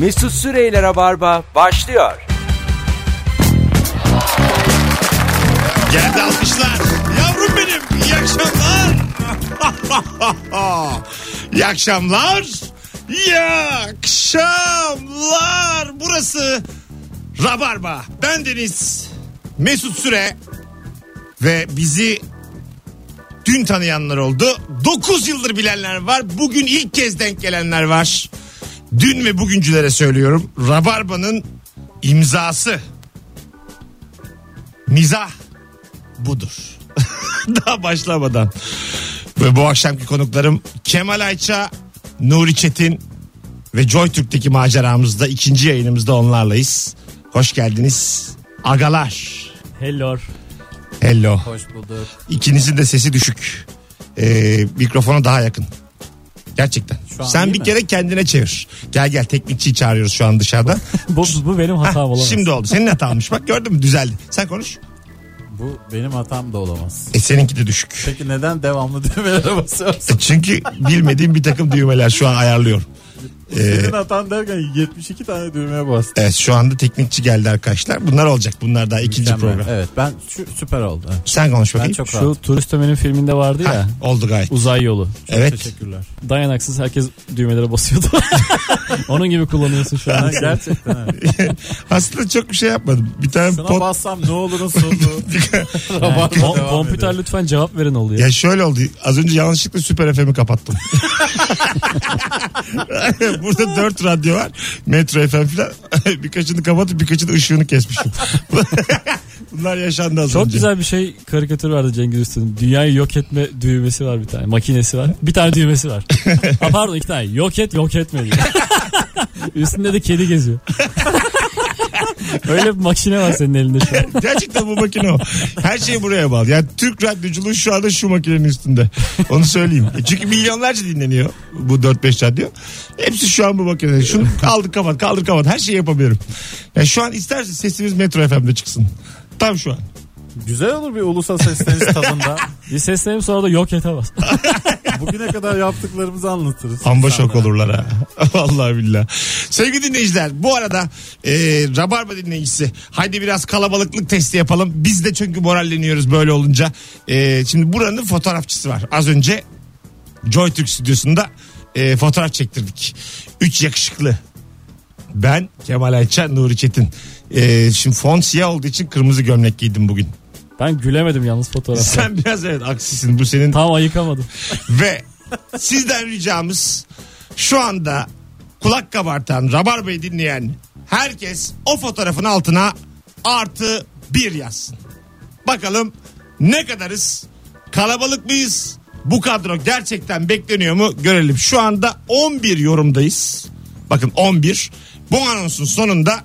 Mesut Süreyler'e Barba başlıyor. Geldi alkışlar. Yavrum benim. İyi akşamlar. İyi akşamlar. İyi akşamlar. Burası Rabarba. Bendeniz Mesut Süre ve bizi dün tanıyanlar oldu. 9 yıldır bilenler var. Bugün ilk kez denk gelenler var. Dün ve bugüncülere söylüyorum. Rabarba'nın imzası. Mizah budur. Daha başlamadan. Ve bu akşamki konuklarım Kemal Ayça, Nuri Çetin ve JoyTürk'teki maceramızda ikinci yayınımızda onlarlayız. Hoş geldiniz. Agalar. Hello. Hello. Hoş bulduk. İkinizin de sesi düşük. Mikrofona daha yakın. Gerçekten. Sen bir kere kendine çevir. Gel teknikçiyi çağırıyoruz şu an dışarıdan. bu benim hatam olamaz. Şimdi oldu. Senin hatanmış. Bak gördün mü, düzeldi. Sen konuş. Bu benim hatam da olamaz. Seninki de düşük. Peki neden devamlı düğmelere basıyorsun? Çünkü bilmediğim bir takım düğmeler şu an ayarlıyorum. Senin hatan derken 72 tane düğmeye bastım. Evet, şu anda teknikçi geldi arkadaşlar. Bunlar olacak. Bunlar daha ikinci program. Evet, ben süper oldu. Sen konuş bakayım. Ben çok rahat. Şu Turist Ömer'in filminde vardı ya. Oldu gayet. Uzay yolu. Çok evet. Teşekkürler. Dayanaksız herkes düğmelere basıyordu. Onun gibi kullanıyorsun şu an. Gerçekten evet. Aslında çok bir şey yapmadım. Bir tane şuna bassam ne olurun sonu. Kompüter lütfen cevap verin oluyor. Ya şöyle oldu. Az önce yanlışlıkla Süper FM'i kapattım. Burada 4 radyo var. Metro FM falan. Birkaçını kapatıp birkaçını ışığını kesmişim. Bunlar yaşandı az çok önce. Çok güzel bir şey karikatür vardı Cengiz Üstün'ün. Dünyayı yok etme düğmesi var bir tane. Makinesi var. Bir tane düğmesi var. Pardon 2 tane. Yok et yok etme diyor. Üstünde de kedi geziyor. Öyle bir makine var senin elinde şu an. Gerçekten bu makine o. Her şey buraya bağlı. Yani Türk radyoculuğu şu anda şu makinenin üstünde. Onu söyleyeyim. Çünkü milyonlarca dinleniyor bu 4-5 radyo. Hepsi şu an bu makinede. Şunu kaldır kapat. Her şeyi yapabilirim. Yani şu an istersen sesimiz Metro FM'de çıksın. Tam şu an. Güzel olur bir ulusal sesleniş tadında. Bir seslenelim sonra da yok etemez. Bugüne kadar yaptıklarımızı anlatırız. Amba şok olurlar ha. Vallahi billahi. Sevgili dinleyiciler, bu arada Rabarba dinleyicisi, haydi biraz kalabalıklık testi yapalım. Biz de çünkü moralleniyoruz böyle olunca. Şimdi buranın fotoğrafçısı var. Az önce JoyTürk stüdyosunda fotoğraf çektirdik. 3 yakışıklı. Ben, Kemal Ayça, Nuri Çetin. Şimdi fon siyah olduğu için kırmızı gömlek giydim bugün. Ben gülemedim yalnız fotoğrafta. Sen biraz evet aksisin, bu senin. Tam ayıkamadım. Ve sizden ricamız, şu anda kulak kabartan Rabarba'yı dinleyen herkes o fotoğrafın altına +1 yazsın. Bakalım ne kadarız? Kalabalık mıyız? Bu kadro gerçekten bekleniyor mu? Görelim. Şu anda 11 yorumdayız. Bakın 11. Bu anonsun sonunda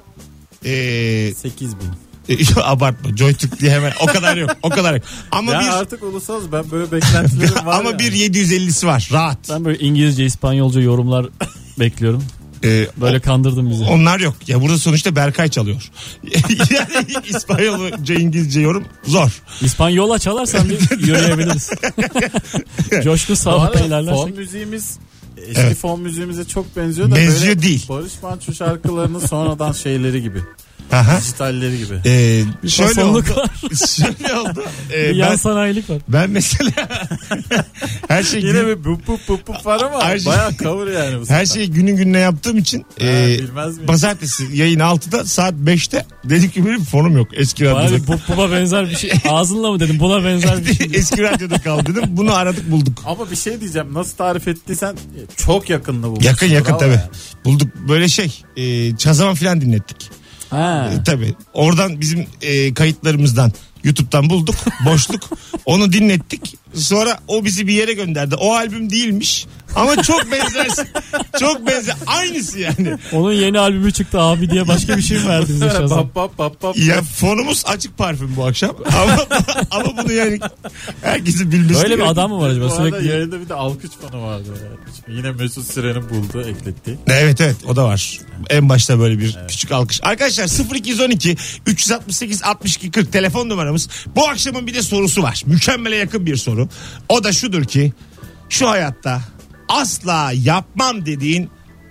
8.000. Abartma. JoyTürk diye hemen o kadar yok. Ama ya artık ulusalız, ben böyle beklentilerim var. Ama bir 750'si var rahat. Ben böyle İngilizce, İspanyolca yorumlar bekliyorum. Böyle kandırdın bizi. Onlar yok. Ya burada sonuçta Berkay çalıyor. Yani İspanyolca, İngilizce yorum zor. İspanyola çalarsan bir yürüyebiliriz. Coşkun sağlıkla ilerlersek. Fon müziğimiz eski fon müziğimize çok benziyor da benziyor böyle değil. Barış Manço şarkılarının sonradan şeyleri gibi. Aha. Dijitalleri gibi. Şöyle oldu. Şöyle oldu. Bir yan sanayilik var. Ben mesela her şey yine bir bup var ama bayağı cover yani bu. Her şeyi günün gününe yaptığım için pazartesi yayın 6'da saat 5'te dedik ki benim fonum yok. Eski radyoda. Buna benzer bir şey. Ağzınla mı dedim? Buna benzer bir şey. Eski radyoda kaldı dedim. Bunu aradık bulduk. Ama bir şey diyeceğim. Nasıl tarif ettiysen çok yakındı bu. Yakın tabii. Yani. Bulduk böyle Çazaman filan dinlettik. Tabii. Oradan bizim kayıtlarımızdan YouTube'dan bulduk. Boşluk. Onu dinlettik. Sonra o bizi bir yere gönderdi. O albüm değilmiş. Ama çok benzer. Çok benzer. Aynısı yani. Onun yeni albümü çıktı abi diye başka bir şey mi verdiniz? Ya fonumuz açık parfüm bu akşam. Ama bunu yani herkesin bilmesi. Öyle bir adam mı var acaba? Sürekli yayında bir de alkış fanı vardı. Yani. Yine Mesut Süren'in buldu, ekletti. Evet o da var. En başta böyle bir küçük alkış. Arkadaşlar 0212 368 62 40 telefon numaramız. Bu akşamın bir de sorusu var. Mükemmele yakın bir soru. O da şudur ki, şu hayatta asla yapmam dediğin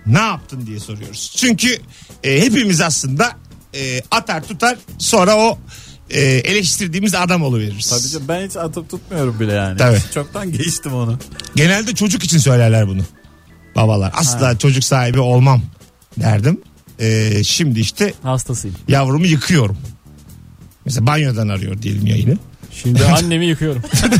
ne yaptın diye soruyoruz. Çünkü hepimiz aslında atar tutar sonra o eleştirdiğimiz adam oluveririz. Tabii canım, ben hiç atıp tutmuyorum bile yani. Tabii. Çoktan geçtim onu. Genelde çocuk için söylerler bunu. Babalar asla çocuk sahibi olmam derdim. Şimdi işte Hastasıyım. yavrumu yıkıyorum. Mesela banyodan arıyor diyelim yayını. Şimdi annemi yıkıyorum.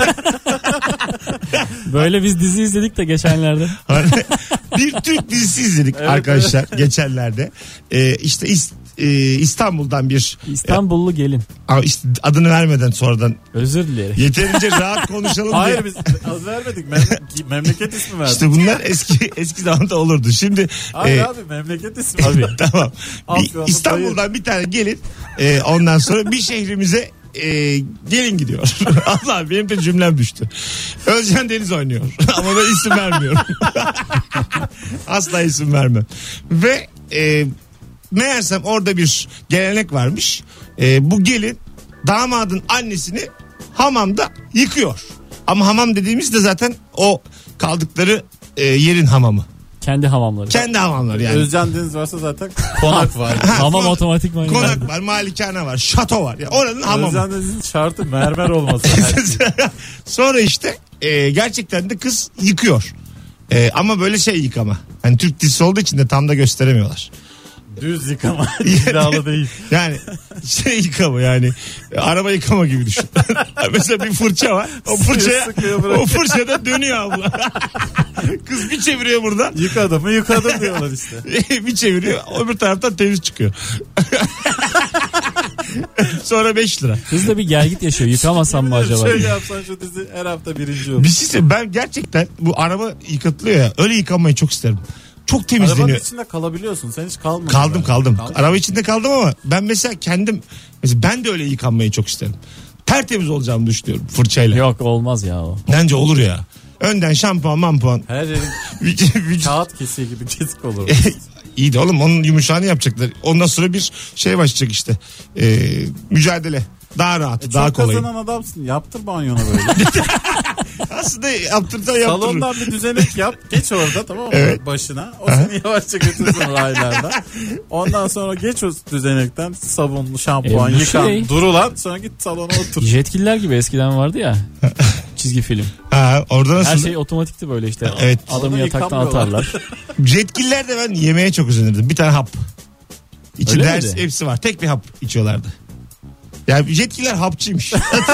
Böyle biz dizi izledik de geçenlerde. Bir Türk dizisi izledik arkadaşlar geçenlerde. İşte İstanbul'dan bir İstanbullu gelin. işte adını vermeden sonradan Özür dileyerek. yeterince rahat konuşalım diye. Hayır, biz az vermedik. Memleket ismi verdik. İşte bunlar eski zamanda olurdu. Şimdi Hayır abi, memleket ismi. Tabii. tamam. Afyon'da İstanbul'dan bir tane gelin. Ondan sonra bir şehrimize gelin gidiyor. Allah, benim de cümlem düştü. Özcan Deniz oynuyor. Ama ben isim vermiyorum. Asla isim vermem. Ve meğersem orada bir gelenek varmış. Bu gelin damadın annesini hamamda yıkıyor. Ama hamam dediğimizde zaten o kaldıkları yerin hamamı. Kendi hamamları. Kendi hamamları yani. Özcan Deniz varsa zaten konak var. Hamam otomatik mi? Konak var, malikane var, şato var. Yani oranın hamamı. Özcan Deniz'in şartı mermer olması. Sonra işte gerçekten de kız yıkıyor. Ama böyle şey yıkama. Hani Türk dizisi olduğu için de tam da gösteremiyorlar. Düz yıkama. İddialı değil. Yani şey yıkama yani. Araba yıkama gibi düşün. Mesela bir fırça var. O fırçada dönüyor abla. Kız bir çeviriyor buradan. Yıkadım diyorlar işte. Bir çeviriyor. Öbür taraftan temiz çıkıyor. Sonra 5 lira. Kız da bir gelgit yaşıyor. Yıkamasam mı acaba? Şöyle yapsan şu dizi her hafta birinci olur. Bir şey söyleyeyim, ben gerçekten bu araba yıkatılıyor ya, öyle yıkanmayı çok isterim. Çok temizleniyor. Arabanın içinde kalabiliyorsun. Sen hiç kalmadın. Kaldım. Araba içinde kaldım ama ben mesela ben de öyle yıkanmayı çok isterim. Tertemiz olacağımı düşünüyorum fırçayla. Yok, olmaz ya o. Bence olur ya. Önden şampuan mampuan. Her yerin kağıt kesiği gibi kesik olur. İyi de oğlum, onun yumuşağını yapacaklar. Ondan sonra bir şey başlayacak işte. Mücadele. Daha rahat, daha kolay. Çok kazanan adamsın. Yaptır banyona böyle. Aslında yaptırırsan yaptırır. Salondan bir düzenek yap. Geç orada, tamam mı? Evet. Başına. O seni yavaşça götürsün raylarda. Ondan sonra geç o düzenekten sabunlu şampuan yıkan. Durulan. Sonra git salona otur. Yetkililer gibi eskiden vardı ya. Çizgi film. Orada nasıl? Her şey otomatikti böyle işte. Evet. Adamı yataktan atarlar. Yetkililer de ben yemeğe çok özenirdim. Bir tane hap. İçinde Öyle miydi? hepsi var. Tek bir hap içiyorlardı. Yani jetkiler hapçıymış.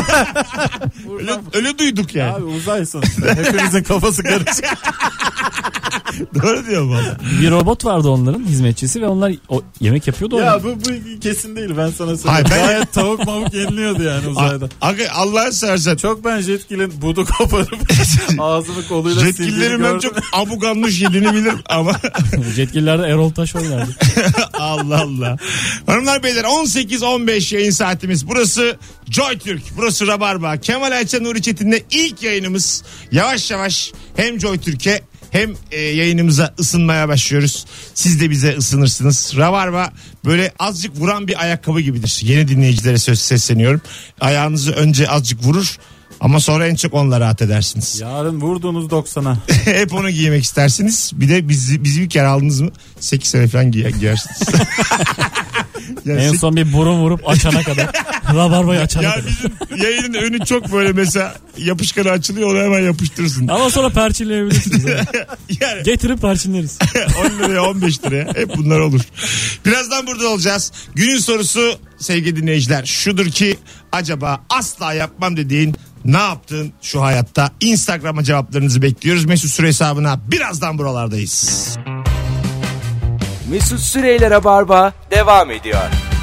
öyle duyduk yani. Abi uzaysın. Hepimizin kafası karışık. Doğru diyor valla. Bir robot vardı onların hizmetçisi ve onlar yemek yapıyordu. Ya bu kesin değil, ben sana söyleyeyim. Hayır, Gayet tavuk mavuk yeniliyordu yani uzayda. Allah'ını seversen. Çok ben jetkilin budu koparıp ağzını koluyla sildiğini Jetkilerin ben gördüm. çok abuganmış yediğini bilirim ama. Yetkililerde Erol Taş oynardı. Allah Allah. Hanımlar beyler, 18-15 yayın saatimiz. Burası Joy Türk. Burası Rabarba. Kemal Ayça, Nuri Çetin'le ilk yayınımız. Yavaş yavaş hem Joy Türk'e hem yayınımıza ısınmaya başlıyoruz. Siz de bize ısınırsınız. Rabarba böyle azıcık vuran bir ayakkabı gibidir. Yeni dinleyicilere sesleniyorum. Ayağınızı önce azıcık vurur ama sonra en çok onunla rahat edersiniz. Yarın vurduğunuz 90'a. Hep onu giymek istersiniz. Bir de bizi bir kere aldınız mı 8 sene falan giyersiniz. Yani en son bir burun vurup açana kadar. Rabarbayı açana ya kadar. bizim yayının önü çok böyle mesela yapışkanı açılıyor, onu hemen yapıştırırsın. Ama sonra perçinleyebilirsiniz. Yani Getirip perçinleriz. 10 liraya 15 liraya hep bunlar olur. Birazdan burada olacağız. Günün sorusu sevgili dinleyiciler şudur ki, acaba asla yapmam dediğin ne yaptın şu hayatta? Instagram'a cevaplarınızı bekliyoruz. Mesut Süre hesabına birazdan buralardayız. Mesut Süreyler'e barba devam ediyor.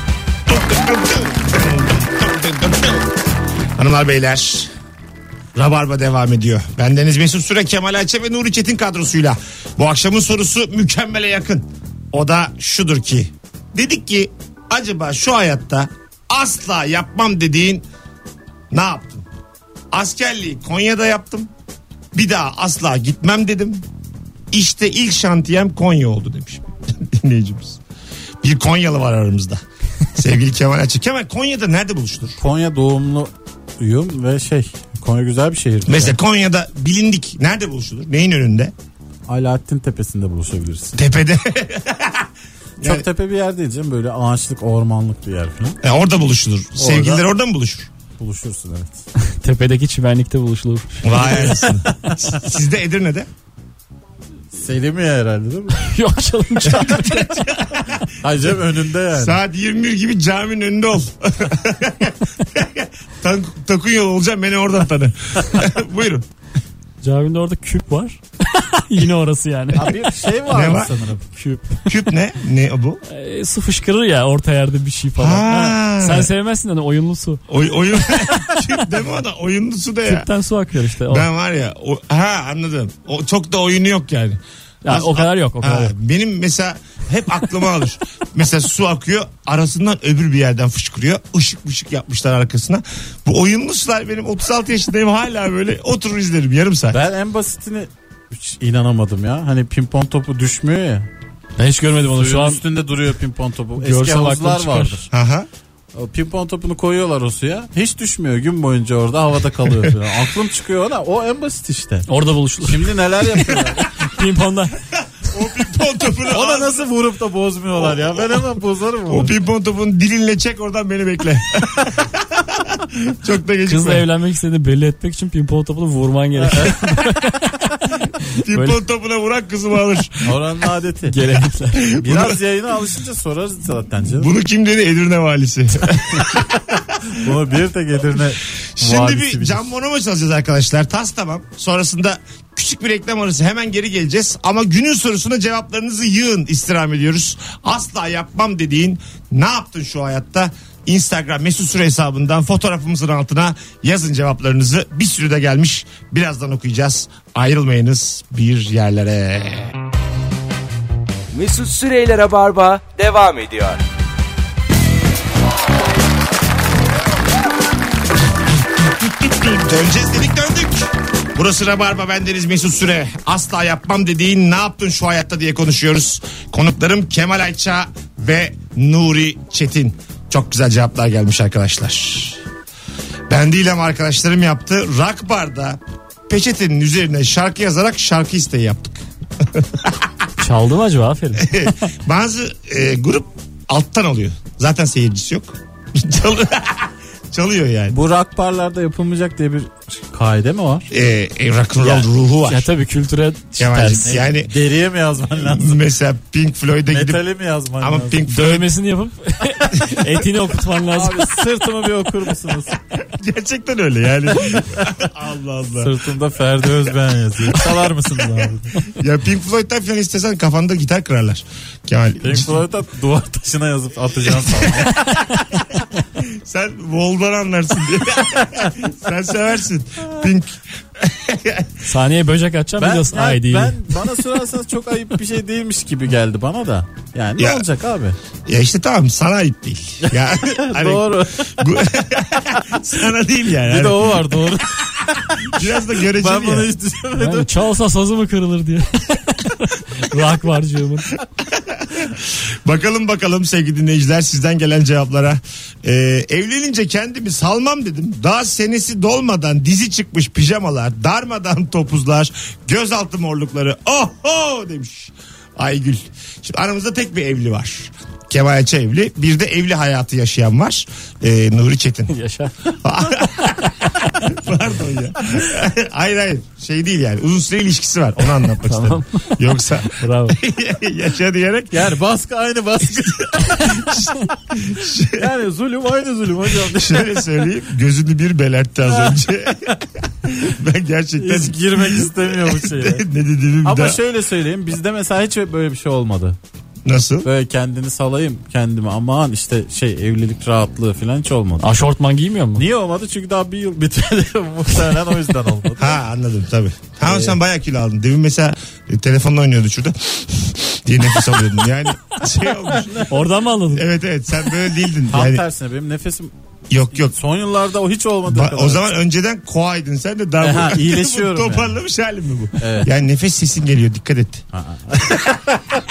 Hanımlar beyler, Rabarba devam ediyor. Bendeniz Mesut Süre, Kemal Ayça ve Nuri Çetin kadrosuyla. Bu akşamın sorusu mükemmele yakın. O da şudur ki, dedik ki acaba şu hayatta asla yapmam dediğin ne yaptın? Askerliği Konya'da yaptım. Bir daha asla gitmem dedim. İşte ilk şantiyem Konya oldu demiş dinleyicimiz. Bir Konyalı var aramızda. Sevgili Kemal Ayça. Kemal, Konya'da nerede buluştur? Konya doğumluyum ve Konya güzel bir şehir. Mesela Konya'da bilindik nerede buluşulur? Neyin önünde? Alaaddin Tepesi'nde buluşabilirsin. Tepede. Çok tepe bir yer değil canım. Böyle ağaçlık, ormanlık bir yer falan. Orada buluşulur. Sevgililer orada mı buluşur? Buluşursun evet. Tepedeki çimenlikte buluşulur. Vay anasını. Sizde Edirne'de? Selimiye herhalde değil mi? Yok canım. Acem önünde yani. Saat 21 gibi caminin önünde ol. Takun yol olacağım, beni oradan tanı. Buyurun. Caminin orada küp var. Yine orası yani. Abi bir şey var, Ne var? sanırım. Küp. Küp ne? Ne bu? Su fışkırır ya orta yerde bir şey falan. Ha. Sen sevmezsin hani oyunlu su. Oyun. Küp deme o da oyunlu su da ya. Küpten su akıyor işte. O. Ben var ya. Anladım. O çok da oyunu yok yani. Yani o kadar yok. O kadar yok. Benim mesela hep aklıma alır. Mesela su akıyor, arasından öbür bir yerden fışkırıyor. Işık yapmışlar arkasına. Bu oyunlu sular, benim 36 yaşındayım hala böyle oturur izlerim yarım saat. Ben en basitini hiç inanamadım ya. Hani pimpon topu düşmüyor ya. Ben hiç görmedim onu. Suyun Şu an üstünde duruyor pimpon topu. Eski görsel havuzlar aklım çıkar. vardır. Aha. O pimpon topunu koyuyorlar o suya. Hiç düşmüyor. Gün boyunca orada havada kalıyor falan. Aklım çıkıyor ona. O en basit işte. orada buluşulur. Şimdi neler yapıyorlar? Pimponda. O pimpon topunu Ona nasıl vurup da bozmuyorlar ya? Ben hemen bozarım o onu. pimpon topunu dilinle çek, oradan beni bekle. Çok da gecikme. Kızla evlenmek istediğini belli etmek için pimpon topunu vurman gerekiyor. Pimpon Böyle- topuna vurak kızımı alır. Oranın adeti. Gelenekler. Biraz yayına alışınca sorarız zaten canım. Bunu kim dedi? Edirne valisi. Bunu bir tek Edirne Şimdi valisi bir bilir. Can Bonomo çalacağız arkadaşlar. Tas tamam. Sonrasında küçük bir reklam arası, hemen geri geleceğiz. Ama günün sorusuna cevaplarınızı yığın, istirham ediyoruz. Asla yapmam dediğin ne yaptın şu hayatta? Instagram Mesut Süre hesabından fotoğrafımızın altına yazın cevaplarınızı. Bir sürü de gelmiş. Birazdan okuyacağız. Ayrılmayınız bir yerlere. Mesut Süreyler'e barba devam ediyor. Döneceğiz dedik, döndük. Burası Rabarba, bendeniz Mesut Süre. Asla yapmam dediğin ne yaptın şu hayatta diye konuşuyoruz. Konuklarım Kemal Ayça ve Nuri Çetin. Çok güzel cevaplar gelmiş arkadaşlar. Ben değil ama arkadaşlarım yaptı. Rock barda peçetenin üzerine şarkı yazarak şarkı isteği yaptık. Çaldı mı acaba? Aferin. Bazı grup alttan alıyor. Zaten seyircisi yok. Çalıyor yani. Bu rock barlarda yapılmayacak diye bir kaide mi var? Rock'n'roll ruhu var. Ya tabii kültüre Kemal'cim, ters. yani Deriye mi yazman lazım? mesela Pink Floyd'a gidip Metali mi yazman ama lazım? Pink Floyd Dövmesini yapıp etini okutman lazım. Abi sırtımı bir okur musunuz? gerçekten öyle yani. Allah Allah. Sırtımda Ferdi Özben yazıyor. Çalar mısınız abi? Ya Pink Floyd'dan falan istesen kafanda gitar kırarlar. Kemal. Pink Floyd'a duvar taşına yazıp atacağım sana. Sen Vol'dan anlarsın diye. Sen seversin. Pink. Sahneye böcek atacağım Ben, biliyorsun. Ay değil. bana sorarsanız çok ayıp bir şey değilmiş gibi geldi bana da. Yani Ya. ne olacak abi? Ya işte tamam, sana ayıp değil. Ya, hani, Doğru. sana değil yani. Bir Hani de o var doğru. biraz da göreceli Ben bunu ya. hiç düşünmedim. Yani çalsa sazı mı kırılır diye. Rock var cığımın. Bakalım sevgili dinleyiciler, sizden gelen cevaplara. Evlenince kendimi salmam dedim. Daha senesi dolmadan dizi çıkmış pijamalar, darmadan topuzlar, gözaltı morlukları. Oho demiş Aygül. Şimdi aramızda tek bir evli var. Kemal Ayça evli. Bir de evli hayatı yaşayan var. Nuri Çetin. Yaşa. Pardon ya. Hayır şey değil yani. Uzun süre ilişkisi var. Onu anlatmak Tamam. istedim. Yoksa Bravo. yaşa diyerek Yani baskı aynı baskı. Yani zulüm aynı zulüm hocam. şöyle söyleyeyim. Gözünü bir belertti az önce. Ben gerçekten Hiç girmek istemiyor bu şeye. ne dediğimi bir Ama daha... şöyle söyleyeyim, bizde mesela hiç böyle bir şey olmadı. Nasıl? Böyle kendini salayım kendime, aman işte evlilik rahatlığı falan hiç olmadı. Aşortman giymiyor mu? Niye olmadı? Çünkü daha bir yıl bitmedi. Muhtemelen o yüzden olmadı. Ha anladım tabii. Ha sen bayağı kilo aldın. Demin mesela telefonla oynuyordu şurada diye nefes alıyordun. Yani şey olmuş. Oradan mı anladın? Evet sen böyle değildin. Tam Yani, tersine benim nefesim yok. son yıllarda o hiç olmadı. O zaman önceden koaydın sen de daha bu, iyileşiyorum bu toparlamış halin mi bu? Evet. Yani nefes sesin geliyor, dikkat et.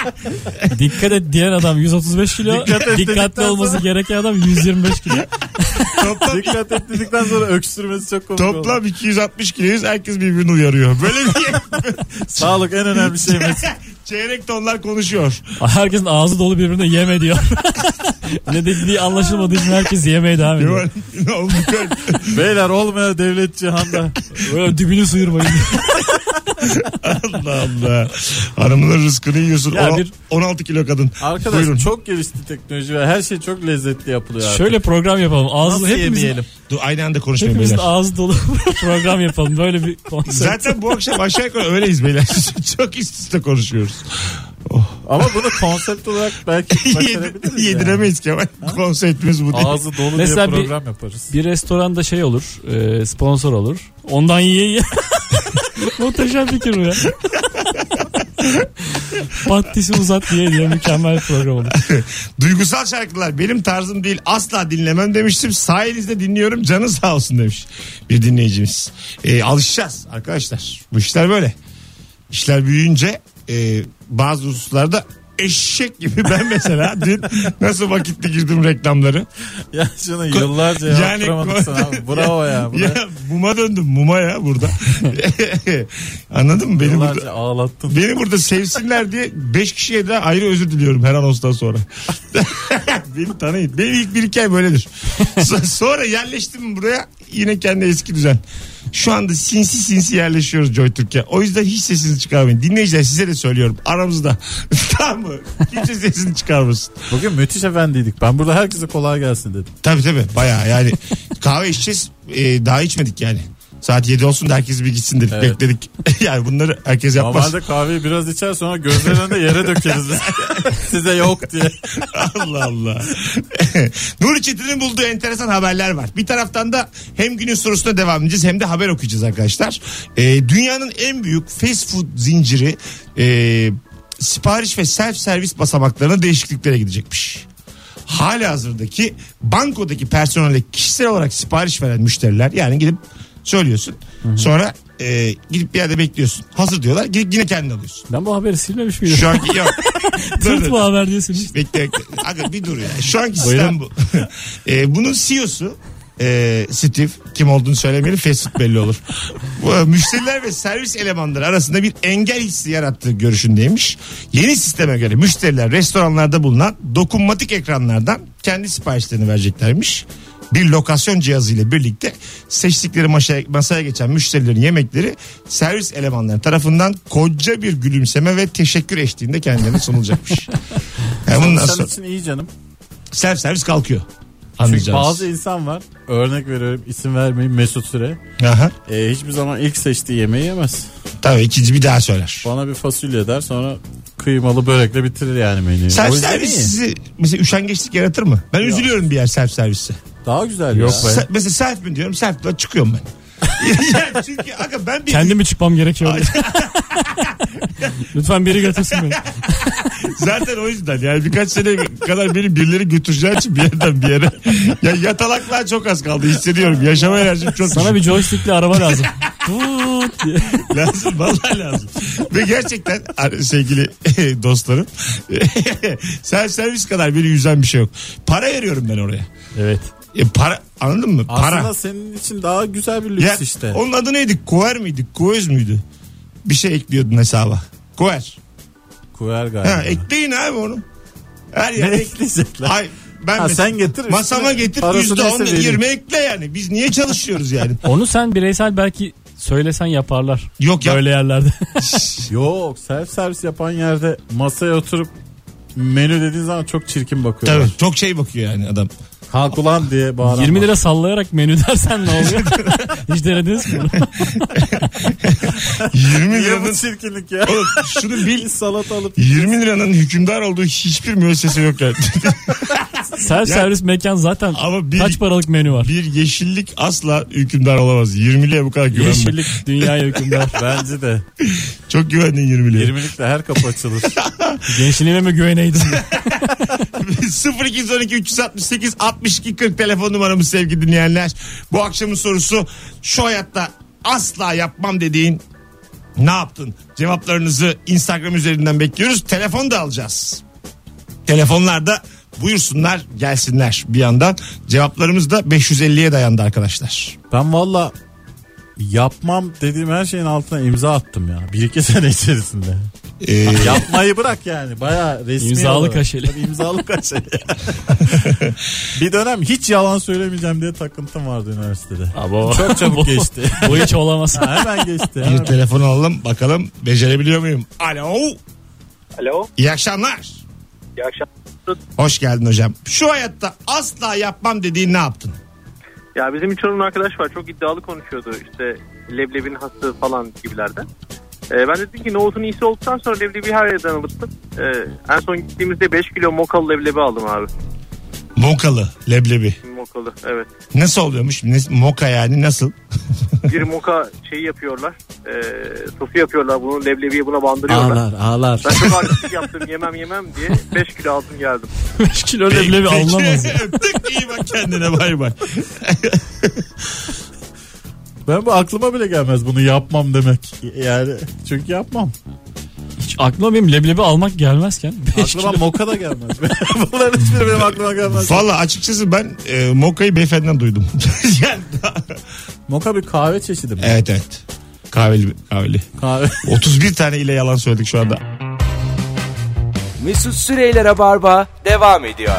Dikkat et diyen adam 135 kilo. Dikkat et Dikkatli dedikten olması sonra- gereken adam 125 kilo. Dikkat et dedikten sonra öksürmesi çok komik oldu. Toplam 260 kiloyuz. Herkes birbirini uyarıyor. Böyle bir Sağlık en önemli şey mesela. çeyrek tonlar konuşuyor. Herkesin ağzı dolu birbirine yeme diyor. Ne dediği anlaşılmadığı için herkes yemeye devam ediyor. Ne oldu? Beyler olmayan devlet cihanda. Böyle dibini sıyırmayın. Allah Allah. Hanımların rızkını yiyorsun. Ya 16 kilo kadın. Arkadaş Buyurun. çok gelişti teknoloji ve her şey çok lezzetli yapılıyor artık. Şöyle program yapalım. Nasıl yemeyelim? Dur, aynı anda konuşmayın Hepimizin beyler. ağzı dolu program yapalım. Böyle bir konsept. Zaten bu akşam aşağı yukarı öyleyiz beyler. Çok üst üste konuşuyoruz. Ama bunu konsept olarak belki başarabiliriz. Yediremeyiz ki ama konseptimiz bu değil. Ağzı dolu Mesela diye program yaparız. Bir restoranda şey olur. Sponsor olur. Ondan yiye. Muhteşem fikir bu ya. Patatesi uzat diye mükemmel bir program olur. Duygusal şarkılar benim tarzım değil, asla dinlemem demiştim. Sayenizde dinliyorum, canı sağ olsun demiş bir dinleyicimiz. Alışacağız arkadaşlar. Bu işler böyle. İşler büyüyünce bazı hususlarda eşek gibi ben mesela dün nasıl vakitte girdim reklamları. Ya şunu yıllarca yaptıramadık sana abi. Bravo ya. Ya muma döndüm, muma ya burada. Anladın mı? Yıllarca ağlattın. Beni burada sevsinler diye 5 kişiye de ayrı özür diliyorum her anonstan sonra. Beni tanıyın. Benim ilk bir iki ay böyledir. Sonra yerleştim buraya, yine kendi eski düzen. Şu anda sinsi yerleşiyoruz Joy Türkiye. O yüzden hiç sesinizi çıkarmayın. Dinleyiciler, size de söylüyorum aramızda. Tamam mı? Kimse sesini çıkarmasın. Bugün müthiş efendiydik. Ben burada herkese kolay gelsin dedim. Tabii bayağı yani kahve içeceğiz, daha içmedik yani. Saat 7 olsun da herkes bir gitsin dedik, evet. Bekledik. Yani bunları herkes yapmaz. Normalde kahveyi biraz içer sonra gözlerinde yere dökeriz. Size yok diye. Allah Allah. Nuri Çetin'in bulduğu enteresan haberler var. Bir taraftan da hem günün sorusuna devam edeceğiz hem de haber okuyacağız arkadaşlar. Dünyanın en büyük fast food zinciri sipariş ve self servis basamaklarına değişikliklere gidecekmiş. Halihazırdaki bankodaki personele kişisel olarak sipariş veren müşteriler, yani gidip söylüyorsun. Hı-hı. Sonra gidip bir yerde bekliyorsun. Hazır diyorlar. Gidip yine kendin alıyorsun. Ben bu haberi silmemiş miydim? Şu anki yok. Tırt bu haber diye silmiş. Bekle. Aga bir dur ya. Şu anki sistem bu. Bunun CEO'su Steve, kim olduğunu söylemeyelim, fast food belli olur. Bu, müşteriler ve servis elemanları arasında bir engel hissi yarattığı görüşündeymiş. Yeni sisteme göre müşteriler restoranlarda bulunan dokunmatik ekranlardan kendi siparişlerini vereceklermiş. Bir lokasyon cihazı ile birlikte seçtikleri masaya geçen müşterilerin yemekleri servis elemanları tarafından koca bir gülümseme ve teşekkür eşliğinde kendilerine sunulacakmış. Yani bundan sonra için iyi canım. Self servis kalkıyor. Çünkü bazı insan var, örnek veriyorum, isim vermeyin, Mesut Süre. Aha. Hiçbir zaman ilk seçtiği yemeği yemez. Tabii ikinci bir daha söyler. Bana bir fasulye der, sonra kıymalı börekle bitirir yani menüyü. Self servis sizi mesela üşengeçlik yaratır mı? Ben üzülüyorum bir yer self servise. Daha güzel yok ya. Mesela self mi diyorum, self'la çıkıyorum ben. Yani çünkü aga ben bir... Kendim mi çıkmam gerekiyor? Lütfen biri götürsün beni. Zaten o yüzden yani birkaç sene kadar beni birileri götüreceği için bir yerden bir yere. Ya yatalaklığa çok az kaldı, hissediyorum. Yaşama enerjim çok Sana bir joystickli araba lazım. diye. Lazım, vallahi lazım. Ve gerçekten sevgili dostlarım, self servis kadar beni üzen bir şey yok. Para veriyorum ben oraya. Evet. Para, anladın mı? Para. Aslında senin için daha güzel bir lüks ya, işte. Onun adı neydi? Kuer miydi? Kuez müydü? Bir şey ekliyordun hesaba. Kuer. Kuer galiba. Ha, ekleyin abi onu. Her ne ekleyecekler? Ay, ben sen getir. Masama getir, %10 20 ekle yani. Biz niye çalışıyoruz yani? Onu sen bireysel belki söylesen yaparlar. Yok ya. Böyle yerlerde. Yok, self servis yapan yerde masaya oturup menü dediğin zaman çok çirkin bakıyorlar. Tabii çok şey bakıyor yani adam. Kalk ulan diye bağıran 20 lira sallayarak menü dersen ne oluyor? Hiç denediniz mi? 20 liranın çirkinlik ya. Oğlum, şunu bil, salata alıp 20 liranın hükümdar olduğu hiçbir müessese yok yani. Self servis mekan zaten ama kaç paralık menü var? Bir yeşillik asla hükümdar olamaz. 20'liye bu kadar güvenme. Yeşillik dünyaya hükümdar. Bence de. Çok güvendin 20'liye. 20'likle her kapı açılır. Gençliğime mi güveneydin? 0212 368 62 40 telefon numaramız sevgili dinleyenler. Bu akşamın sorusu, şu hayatta asla yapmam dediğin ne yaptın? Cevaplarınızı Instagram üzerinden bekliyoruz. Telefon da alacağız. Telefonlarda Buyursunlar gelsinler bir yandan. Cevaplarımız da 550'ye dayandı arkadaşlar. Ben valla yapmam dediğim her şeyin altına imza attım ya. 1-2 sene içerisinde. Yapmayı bırak yani. Bayağı resmi İmzalı olarak. kaşeli. İmzalı kaşeli. Bir dönem hiç yalan söylemeyeceğim diye takıntım vardı üniversitede. Abo. Çok çabuk geçti. Bu hiç olamaz. Hemen geçti. Bir Hemen. telefon alalım bakalım becerebiliyor muyum? Alo. Alo. İyi akşamlar. İyi akşamlar. Hoş geldin hocam. Şu hayatta asla yapmam dediğin ne yaptın? Ya bizim Çorumlu arkadaş var. Çok iddialı konuşuyordu. İşte leblebinin hası falan gibilerden. Ben dedim ki nohutun iyisi olduktan sonra leblebi her yerden alırsın. En son gittiğimizde 5 kilo mokalı leblebi aldım abi. Mokalı leblebi. Mokalı evet. Nasıl oluyormuş? Moka yani nasıl? Bir moka şeyi yapıyorlar. Sosu yapıyorlar. Bunu leblebiye buna bandırıyorlar. Ağlar. Ben çok artistik yaptım yemem diye 5 kilo aldım geldim. 5 kilo leblebi alınamaz ya. Öptük, iyi bak kendine, bay bay. Ben bu aklıma bile gelmez bunu yapmam demek. Yani çünkü yapmam. Hiç aklıma benim leblebi almak gelmezken. Aklıma moka da gelmez. Bunların hiçbiri benim aklıma gelmez. Valla açıkçası ben mokayı beyefendiden duydum. Yani, Moka bir kahve çeşidi mi? evet. Kahveli. Kahve. 31 tane ile yalan söyledik şu anda. Mesut Süreyler'e barba devam ediyor.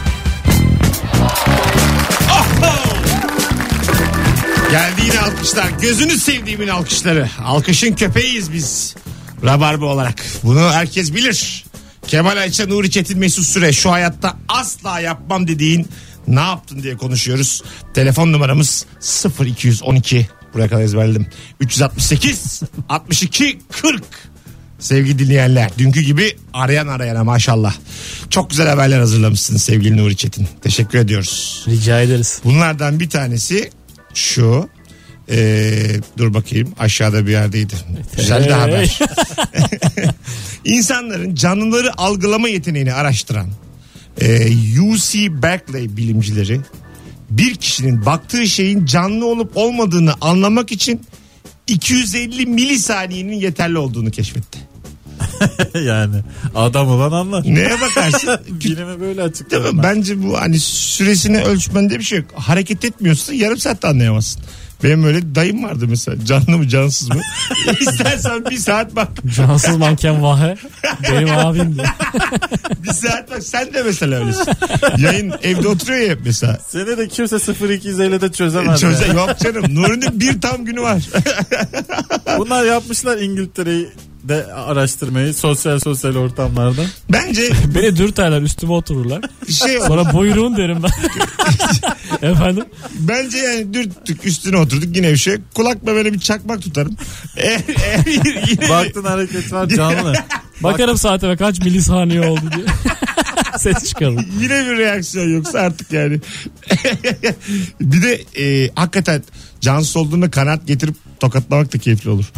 Geldi yine alkışlar. Gözünü sevdiğimin alkışları. Alkışın köpeğiyiz biz. Rabarba olarak. Bunu herkes bilir. Kemal Ayça, Nuri Çetin, Mesut Süre. Şu hayatta asla yapmam dediğin ne yaptın diye konuşuyoruz. Telefon numaramız 0212. Buraya kadar ezberledim. 368 62 40. Sevgili dinleyenler, dünkü gibi arayan arayana maşallah. Çok güzel haberler hazırlamışsınız sevgili Nuri Çetin. Teşekkür ediyoruz. Rica ederiz. Bunlardan bir tanesi şu. Dur bakayım, aşağıda bir yerdeydi. Güzel de haber. İnsanların canlıları algılama yeteneğini araştıran UC Berkeley bilimcileri bir kişinin baktığı şeyin canlı olup olmadığını anlamak için 250 milisaniyenin yeterli olduğunu keşfetti. Yani adam olan anlar. Neye bakarsın? Bilimi böyle açıklar. Değil mi? Bence bu hani süresini ölçmende bir şey yok. Hareket etmiyorsun, yarım saatte anlayamazsın. Benim öyle dayım vardı mesela. Canlı mı cansız mı? İstersen bir saat bak. Cansız manken vahe. Benim abim de. Bir saat bak. Sen de mesela öylesin. Yayın evde oturuyor ya mesela. Seni de kimse 0250'de çözemez. Yok canım. Nuri'nin bir tam günü var. Bunlar yapmışlar İngiltere'yi de araştırmayı sosyal ortamlarda. Bence Beni dürterler, üstüme otururlar. şey Sonra buyurun derim ben. Efendim? bence yani dürttük, üstüne oturduk, yine bir şey. Kulak memene bir çakmak tutarım. Eğer yine Baktın hareket var canlı. Bakarım saate ve kaç milisaniye oldu diye. Ses çıkarırım. yine bir reaksiyon yoksa artık yani. Bir de hakikaten cansız olduğunda kanat getirip tokatlamak da keyifli olur.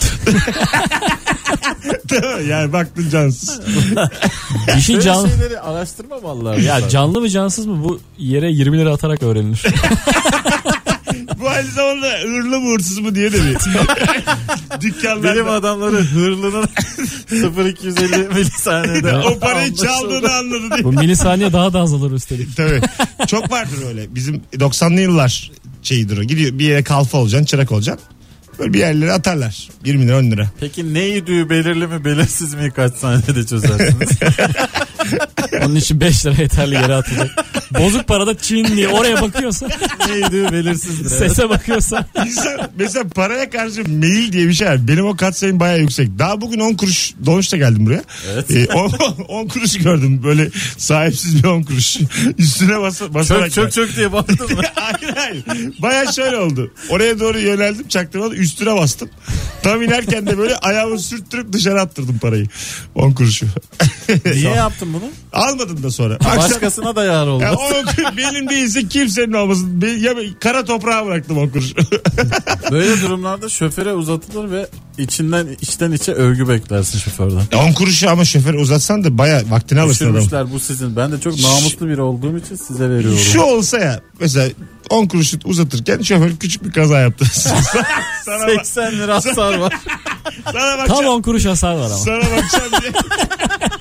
Değil mi? Yani baktın cansız. Bir şey Böyle canlı. şeyleri araştırmamalılar. Ya canlı mı cansız mı bu yere 20 lira atarak öğrenilir. Bu aynı zamanda hırlı mı hırsız mı diye de bir dükkanlarda. Bilim adamları hırlının 0250 milisaniyede O parayı çaldığını anladı diye. Bu milisaniye daha da azalır üstelik. Tabii. Çok vardır öyle. Bizim 90'lı yıllar şeyidir o. Gidiyor bir yere kalfa olacaksın, çırak olacaksın. Böyle bir yerlere atarlar. 20 lira 10 lira. Peki ne idüğü belirli mi belirsiz mi kaç saniyede çözersiniz? Onun için 5 lira yeterli yere atacak. Bozuk parada Çin diye oraya bakıyorsa, Ne idüğü belirsizdir. sese bakıyorsa. İnsan mesela paraya karşı meyil diye bir şey var. Benim o katsayım bayağı yüksek. Daha bugün 10 kuruş dolmuşta geldim buraya. Evet. 10 kuruş gördüm. Böyle sahipsiz bir 10 kuruş. Üstüne basarak. Çok diye baktın mı? Hayır. Baya şöyle oldu. Oraya doğru yöneldim, çaktırmadım, üstüne bastım. Tam inerken de böyle ayağımı sürttürüp dışarı attırdım parayı. 10 kuruşu. Niye yaptın bunu? Almadım da sonra. Başkasına da yar oldu. Ya benim değilse kimsenin olmasın. Ya kara toprağa bıraktım 10 kuruş. Böyle durumlarda şoföre uzatılır ve içten içe övgü beklersin şoförden. 10 kuruşu ama şoför uzatsan da baya vaktini alırsın adamın. Düşürmüşler bu sizin. Ben de çok namuslu biri olduğum için size veriyorum. Şu olsa ya mesela 10 kuruşu uzatırken şoför küçük bir kaza yaptı. sana, 80 lira hasar var. sana Tam 10 kuruş hasar var ama. Sana bakacağım diye.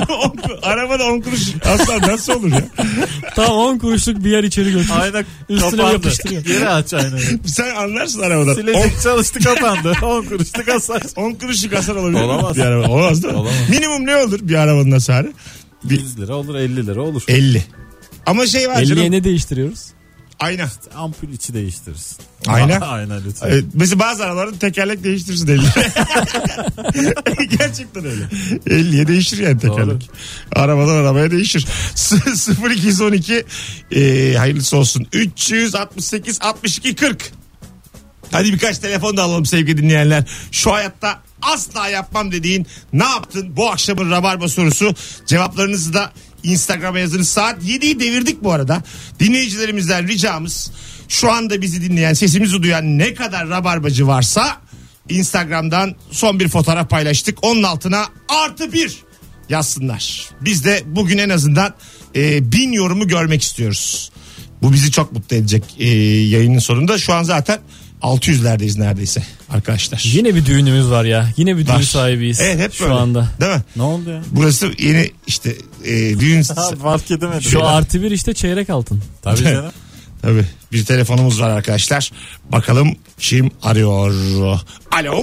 Arabada 10 kuruş asla nasıl olur ya? Tam 10 kuruşluk bir yer içeri götür. Ayna Üstüne kapandı. yapıştırıyor. Geri aç aynayı. Sen anlarsın arabadan. Silecek çalıştı kapandı. 10 kuruşluk hasar. 10 kuruşluk hasar olabilir. Olamaz. Bir araba. Olmaz değil mi? Olamaz. Minimum ne olur bir arabanın hasarı? 100 lira olur 50 lira olur. 50. Ama şey var 50'ye canım. ne değiştiriyoruz? Ayna. Ampul içi değiştirirsin. Ayna? Ayna lütfen. Evet, mesela bazı arabaların tekerlek değiştirirsin 50. Gerçekten öyle. 50'ye değişir yani tekerlek. Doğru. Arabadan arabaya değişir. 0212 hayırlısı olsun. 368 62 40. Hadi birkaç telefon da alalım sevgili dinleyenler. Şu hayatta asla yapmam dediğin ne yaptın? Bu akşamın Rabarba sorusu. Cevaplarınızı da Instagram'a yazınız. Saat 7'yi devirdik bu arada. Dinleyicilerimizden ricamız şu anda bizi dinleyen, sesimizi duyan ne kadar Rabarbacı varsa Instagram'dan son bir fotoğraf paylaştık. Onun altına +1 yazsınlar. Biz de bugün en azından 1000 yorumu görmek istiyoruz. Bu bizi çok mutlu edecek yayının sonunda. Şu an zaten 600'lerdeyiz neredeyse arkadaşlar. Yine bir düğünümüz var ya. Yine bir düğün Var. sahibiyiz. Evet hep şu böyle. anda. Değil mi? Ne oldu ya? Burası yeni işte düğün. Fark edemedim. Şu +1 işte çeyrek altın. Tabii canım. Tabii bir telefonumuz var arkadaşlar. Bakalım kim arıyor? Alo.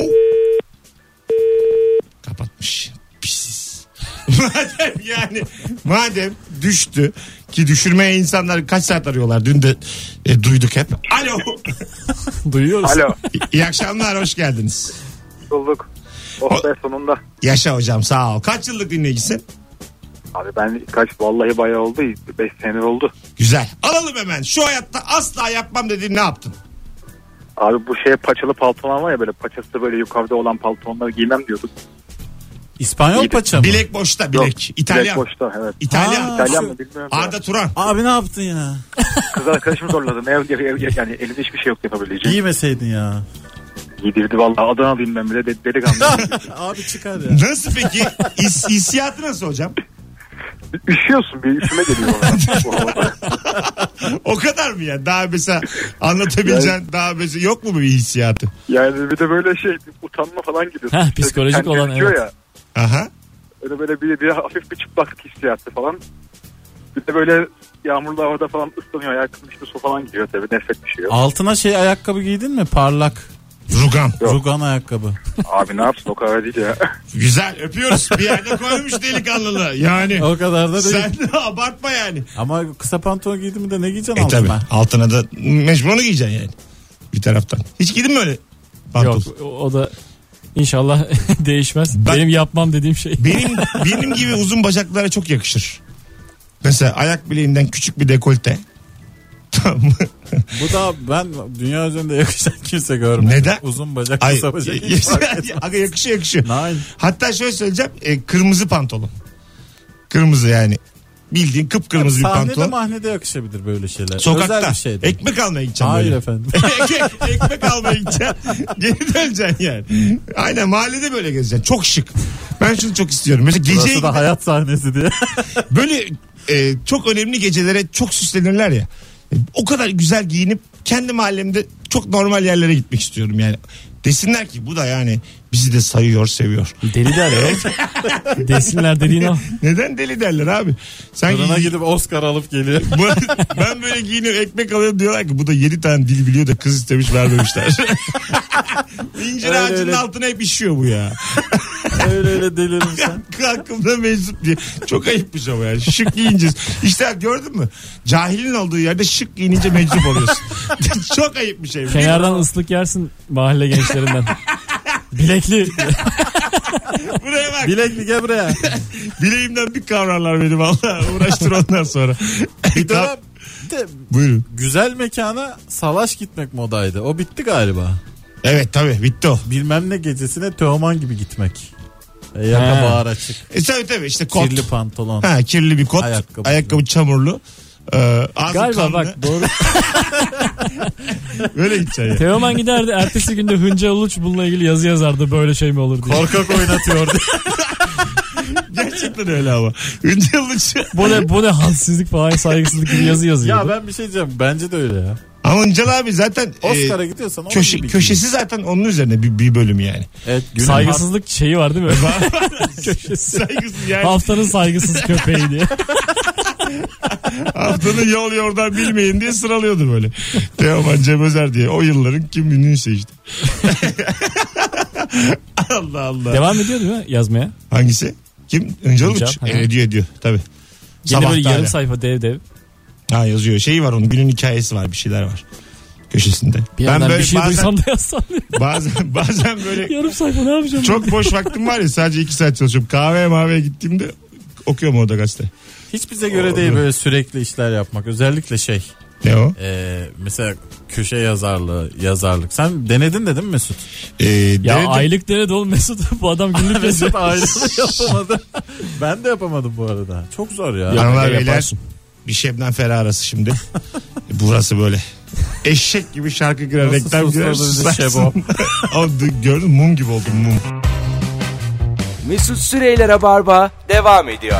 Kapatmış. Pis. Madem düştü ki düşürmeye insanlar kaç saat arıyorlar? Dün de duyduk hep. Alo. Duyuyoruz. Alo. İyi akşamlar, hoş geldiniz. Bulduk. Oh be sonunda. Yaşa hocam, sağ ol. Kaç yıllık dinleyicisin? Abi ben vallahi bayağı oldu. 5 sene oldu. Güzel. Alalım hemen. Şu hayatta asla yapmam dediğin ne yaptın? Abi bu paçalı paltolar var ya, böyle paçası da böyle yukarıda olan paltonları giymem diyorduk. İspanyol paça mı? Bilek boşta, bilek. Yok, İtalyan. Bilek boşta, evet. İtalyan. Ha, İtalyan mı bilmiyorum. Arda Turan. Abi ne yaptın ya? Kız arkadaşım zorladı. Yani elinde hiçbir şey yok yapabileceğim. Giymeseydin ya. Giydirdi vallahi. Adanalıyım ben bile. Delikanlı. Abi çıkar ya. Nasıl peki? Hissiyatı nasıl hocam? Üşüyorsun, bir üşüme geliyor ona. O kadar mı ya? Daha mesela anlatabileceğin daha mesela yok mu bir hissiyatı? Yani bir de böyle bir utanma falan gidiyor. Heh, psikolojik olan, evet. Ya. Aha. Öyle böyle bir hafif bir çıplaklık hissiyatı falan. Bir de böyle yağmurlu havada falan ıslanıyor. Ayakkabının işte su falan gidiyor tabii. Nefret bir şey yok. Altına ayakkabı giydin mi? Parlak. Rugan. Yok. Rugan ayakkabı. Abi ne yapsın, o kadar değil ya. Güzel, öpüyoruz. Bir yerde koymuş delikanlılığı. Yani. O kadar da değil. Sen de abartma yani. Ama kısa pantolon giydin mi de ne giyeceksin Tabii. altına? Altına da mecbur onu giyeceksin yani. Bir taraftan. Hiç giydin mi öyle pantolon? Yok o da inşallah değişmez. Benim yapmam dediğim şey. Benim gibi uzun bacaklara çok yakışır. Mesela ayak bileğinden küçük bir dekolte. Tamam mı? Bu da ben dünya üzerinde yakışan kimse görmedim. Neden? Uzun bacak, Ay, kısa bacak. hiç fark etmez. Aga yakışıyor. Nein. Hatta şöyle söyleyeceğim. Kırmızı pantolon. Kırmızı yani. Bildiğin kıpkırmızı bir Sahnede pantolon. mahnede yakışabilir böyle şeyler. Sokakta. Özel bir şey değil. Ekmek almaya gideceğim Hayır böyle. efendim. Ekmek almaya gideceğim. Geri döneceksin yani. Aynen, mahallede böyle gezeceksin. Çok şık. Ben şunu çok istiyorum. Mesela geceye Burası da hayat sahnesi diye. böyle çok önemli gecelere çok süslenirler ya. O kadar güzel giyinip kendi mahallemde çok normal yerlere gitmek istiyorum yani. Desinler ki bu da yani bizi de sayıyor, seviyor. Deli derler. Desinler dediğin o. Neden deli derler abi? Sen Fırına gidip Oscar alıp geliyor. ben böyle giyiniyorum, ekmek alıyorum, diyorlar ki bu da 7 tane dil biliyor da kız istemiş vermemişler. İncir Öyle ağacının öyle. altına hep işiyor bu ya. öyle delirirsen. Hakkımda meczup diye. Çok ayıpmış ama yani. Şık giyineceğiz. İşte gördün mü? Cahilin olduğu yerde şık giyinince meczup oluyorsun. Çok ayıp bir şey. Kenardan ıslık yersin mahalle gençlerinden. Bilekli. Buraya bak. Bilekli gel buraya. Bileğimden bir kavrarlar beni valla. Uğraştır ondan sonra. Bir dönem de Buyurun. güzel mekana salaş gitmek modaydı. O bitti galiba. Evet tabii bitti o. Bilmem ne gecesine Teoman gibi gitmek. Yaka He. bağır açık. Tabii işte kot. Kirli pantolon. Ha, kirli bir kot. Ayakkabı. Ayakkabı çamurlu. Ağzı Galiba kanlı. bak doğru. Böyle gideceksin ya. Teoman giderdi. Ertesi günde Hınca Uluç bununla ilgili yazı yazardı. Böyle şey mi olur diye. Korkak oynatıyordu. Gerçekten öyle ama. Hıncılıç. Bu ne hadsizlik falan, saygısızlık gibi yazı yazıyordu. Ya ben bir şey diyeceğim. Bence de öyle ya. Ama Hıncal abi zaten Oscar'a gidiyorsan onun gibi köşesi zaten onun üzerine bir bölüm yani. Evet, saygısızlık şeyi var değil mi? Köşesi. Saygısız yani. Haftanın saygısız köpeği diye. Haftanın yol yordan bilmeyin diye sıralıyordur böyle. Teoman Cem Özer diye. O yılların kim ünlüyse işte. Allah Allah. Devam ediyor değil mi yazmaya? Hangisi? Kim? Hıncal Uç. Ediyor tabii. Yine böyle yarım sayfa dev. Ha yazıyor. Şeyi var onun. Günün hikayesi var. Bir şeyler var. Köşesinde. Ben böyle bir şey duysam da yazsam. Bazen böyle. Yarım sayfa ne yapacağım? Çok boş vaktim var ya, sadece 2 saat çalışıyorum. Kahveye gittiğimde okuyorum orada gazete. Hiç bize göre değil böyle sürekli işler yapmak. Özellikle şey. Ne o? Mesela köşe yazarlık. Sen denedin de değil mi Mesut? Ya denedim. aylık denedi oğlum Mesut. Bu adam günlük Mesut aylık yapamadı. Ben de yapamadım bu arada. Çok zor ya. Hanımlar beyler, bir Şebnem Ferah arası şimdi. Burası böyle. Eşek gibi şarkı girer, reklam girer. Gördün mum gibi oldum, mum. Mesut Süreyler'e barba devam ediyor.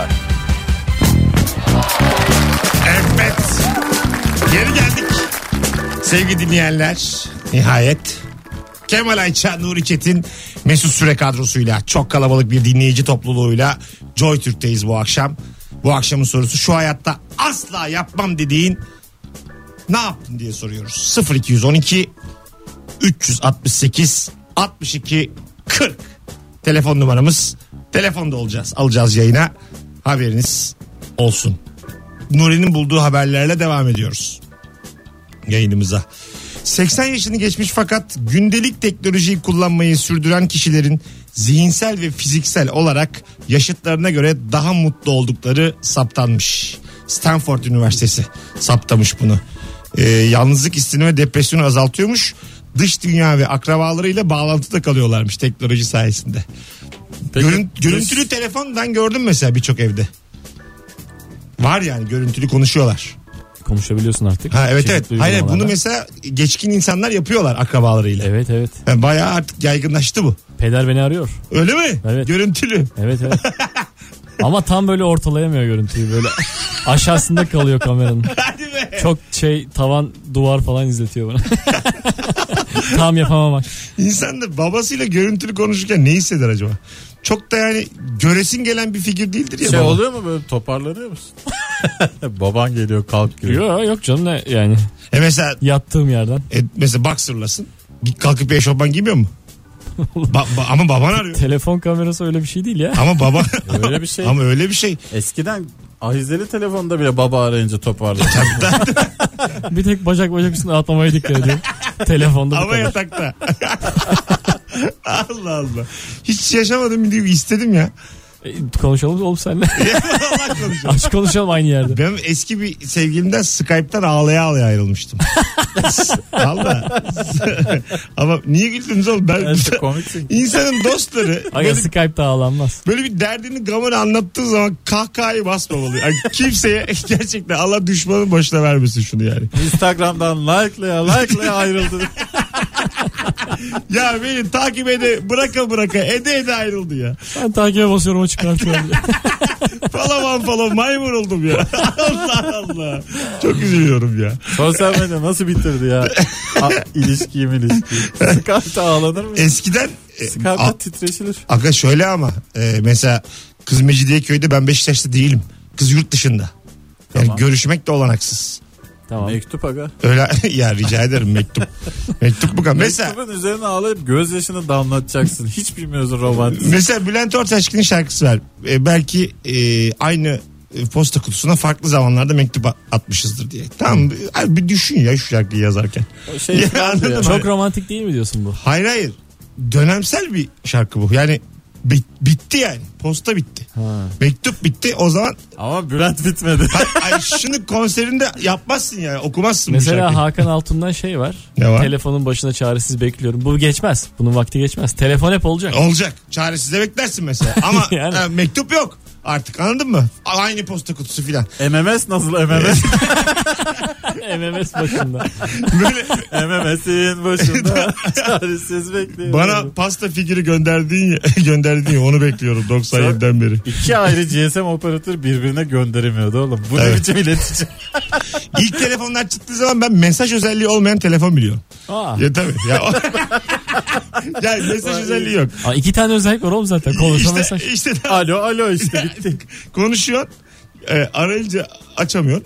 Evet. Geri geldik. Sevgili dinleyenler, nihayet Kemal Ayça, Nuri Çetin, Mesut Süre kadrosuyla, çok kalabalık bir dinleyici topluluğuyla Joy Türk'teyiz bu akşam. Bu akşamın sorusu, şu hayatta asla yapmam dediğin ne yaptın diye soruyoruz. 0212 368 62 40 telefon numaramız. Telefonda olacağız. Alacağız yayına. Haberiniz olsun. Nuri'nin bulduğu haberlerle devam ediyoruz yayınımıza. 80 yaşını geçmiş fakat gündelik teknolojiyi kullanmayı sürdüren kişilerin zihinsel ve fiziksel olarak yaşıtlarına göre daha mutlu oldukları saptanmış. Stanford Üniversitesi saptamış bunu. Yalnızlık hissini ve depresyonu azaltıyormuş. Dış dünya ve akrabalarıyla bağlantıda kalıyorlarmış teknoloji sayesinde. Görüntülü telefondan gördüm mesela birçok evde. Var yani, görüntülü konuşuyorlar. Konuşabiliyorsun artık. Ha, evet. Hayır, bunu mesela geçkin insanlar yapıyorlar akrabalarıyla. Evet. Yani bayağı artık yaygınlaştı bu. Peder beni arıyor. Öyle mi? Evet. Görüntülü. Evet. Ama tam böyle ortalayamıyor görüntüyü, böyle aşağısında kalıyor kameranın. Hadi be. Çok tavan duvar falan izletiyor bana. Tam yapamamak. İnsan da babasıyla görüntülü konuşurken ne hisseder acaba? Çok da yani göresin gelen bir figür değildir ya. Şey baba. oluyor mu, böyle toparlanıyor musun? Baban geliyor, kalk geliyor. Yok canım, ne yani. Mesela yattığım yerden. Mesela boxer'lasın. Kalkıp eşofman giymiyor mu? Ama baban arıyor. Telefon kamerası öyle bir şey değil ya. Ama baba öyle bir şey. Ama öyle bir şey. Eskiden ahizeli telefonda bile baba arayınca toparlanıyor. Bir tek bacak üstüne atmamaya dikkat ediyor. Telefonda. Ama yatakta. Allah Allah. Hiç yaşamadım, bir istedim ya. Konuşalım oğlum seninle. Allah konuşalım. Aç konuşalım aynı yerde. Ben eski bir sevgilimden Skype'tan ağlaya ayrılmıştım. Valla. Ama niye güldünüz oğlum? Komiksin. İnsanın dostları Aga Skype'da ağlanmaz. böyle bir derdini, gamını anlattığı zaman kahkahayı basmamalı. Yani kimseye gerçekten Allah düşmanın başına vermesin şunu yani. Instagram'dan like'laya ayrıldı. Ya beni takip bıraka ede ayrıldı ya. Ben takibe basıyorum, o çıkartıyorum. Falan maymun oldum ya. Allah. Çok üzülüyorum ya. Sosyal medya nasıl bitirdi ya? İlişkiyi. Skype'da ağlanır mı? Eskiden Skype'da titreşilir. Aga şöyle ama mesela kız Mecidiyeköy'de, ben Beşiktaş'ta değilim. Kız yurt dışında. Yani Tamam. Görüşmek de olanaksız. Tamam. Mektup aga. Öyle ya, rica ederim mektup. Mektup bu kadar. Mektubun üzerine ağlayıp gözyaşını damlatacaksın. Hiç bilmiyorsun romantik. Mesela Bülent Ortaçgil'in şarkısı var. Belki aynı posta kutusuna farklı zamanlarda mektup atmışızdır diye. Tamam, bir düşün ya şu şarkıyı yazarken. Anladın mı? Çok romantik değil mi diyorsun bu? Hayır. Dönemsel bir şarkı bu. Yani bitti yani. Posta bitti. Mektup bitti. O zaman Ama Bülent bitmedi. şunu konserinde yapmazsın yani. Okumazsın bu Mesela şarkıyı. Hakan Altun'dan var. Ne var? Telefonun başına çaresiz bekliyorum. Bu geçmez. Bunun vakti geçmez. Telefon hep olacak. Olacak. Çaresiz beklersin mesela. Ama Yani. mektup yok. artık, anladın mı? Aynı posta kutusu filan. MMS nasıl MMS? MMS başında. Böyle MMS'in başında çaresiz bekliyorum. bana pasta figürü gönderdin ya onu bekliyorum 97'den beri. 2 ayrı GSM operatör birbirine gönderemiyordu oğlum. Bu ne biçim iletişim? İlk telefonlar çıktığı zaman ben mesaj özelliği olmayan telefon biliyorum. Ya tabii. Yani mesaj özelliği yok. 2 tane özellik var oğlum zaten. Konuşma mesaj. İşte Alo işte bitti. konuşuyorsun. Arayınca açamıyorsun.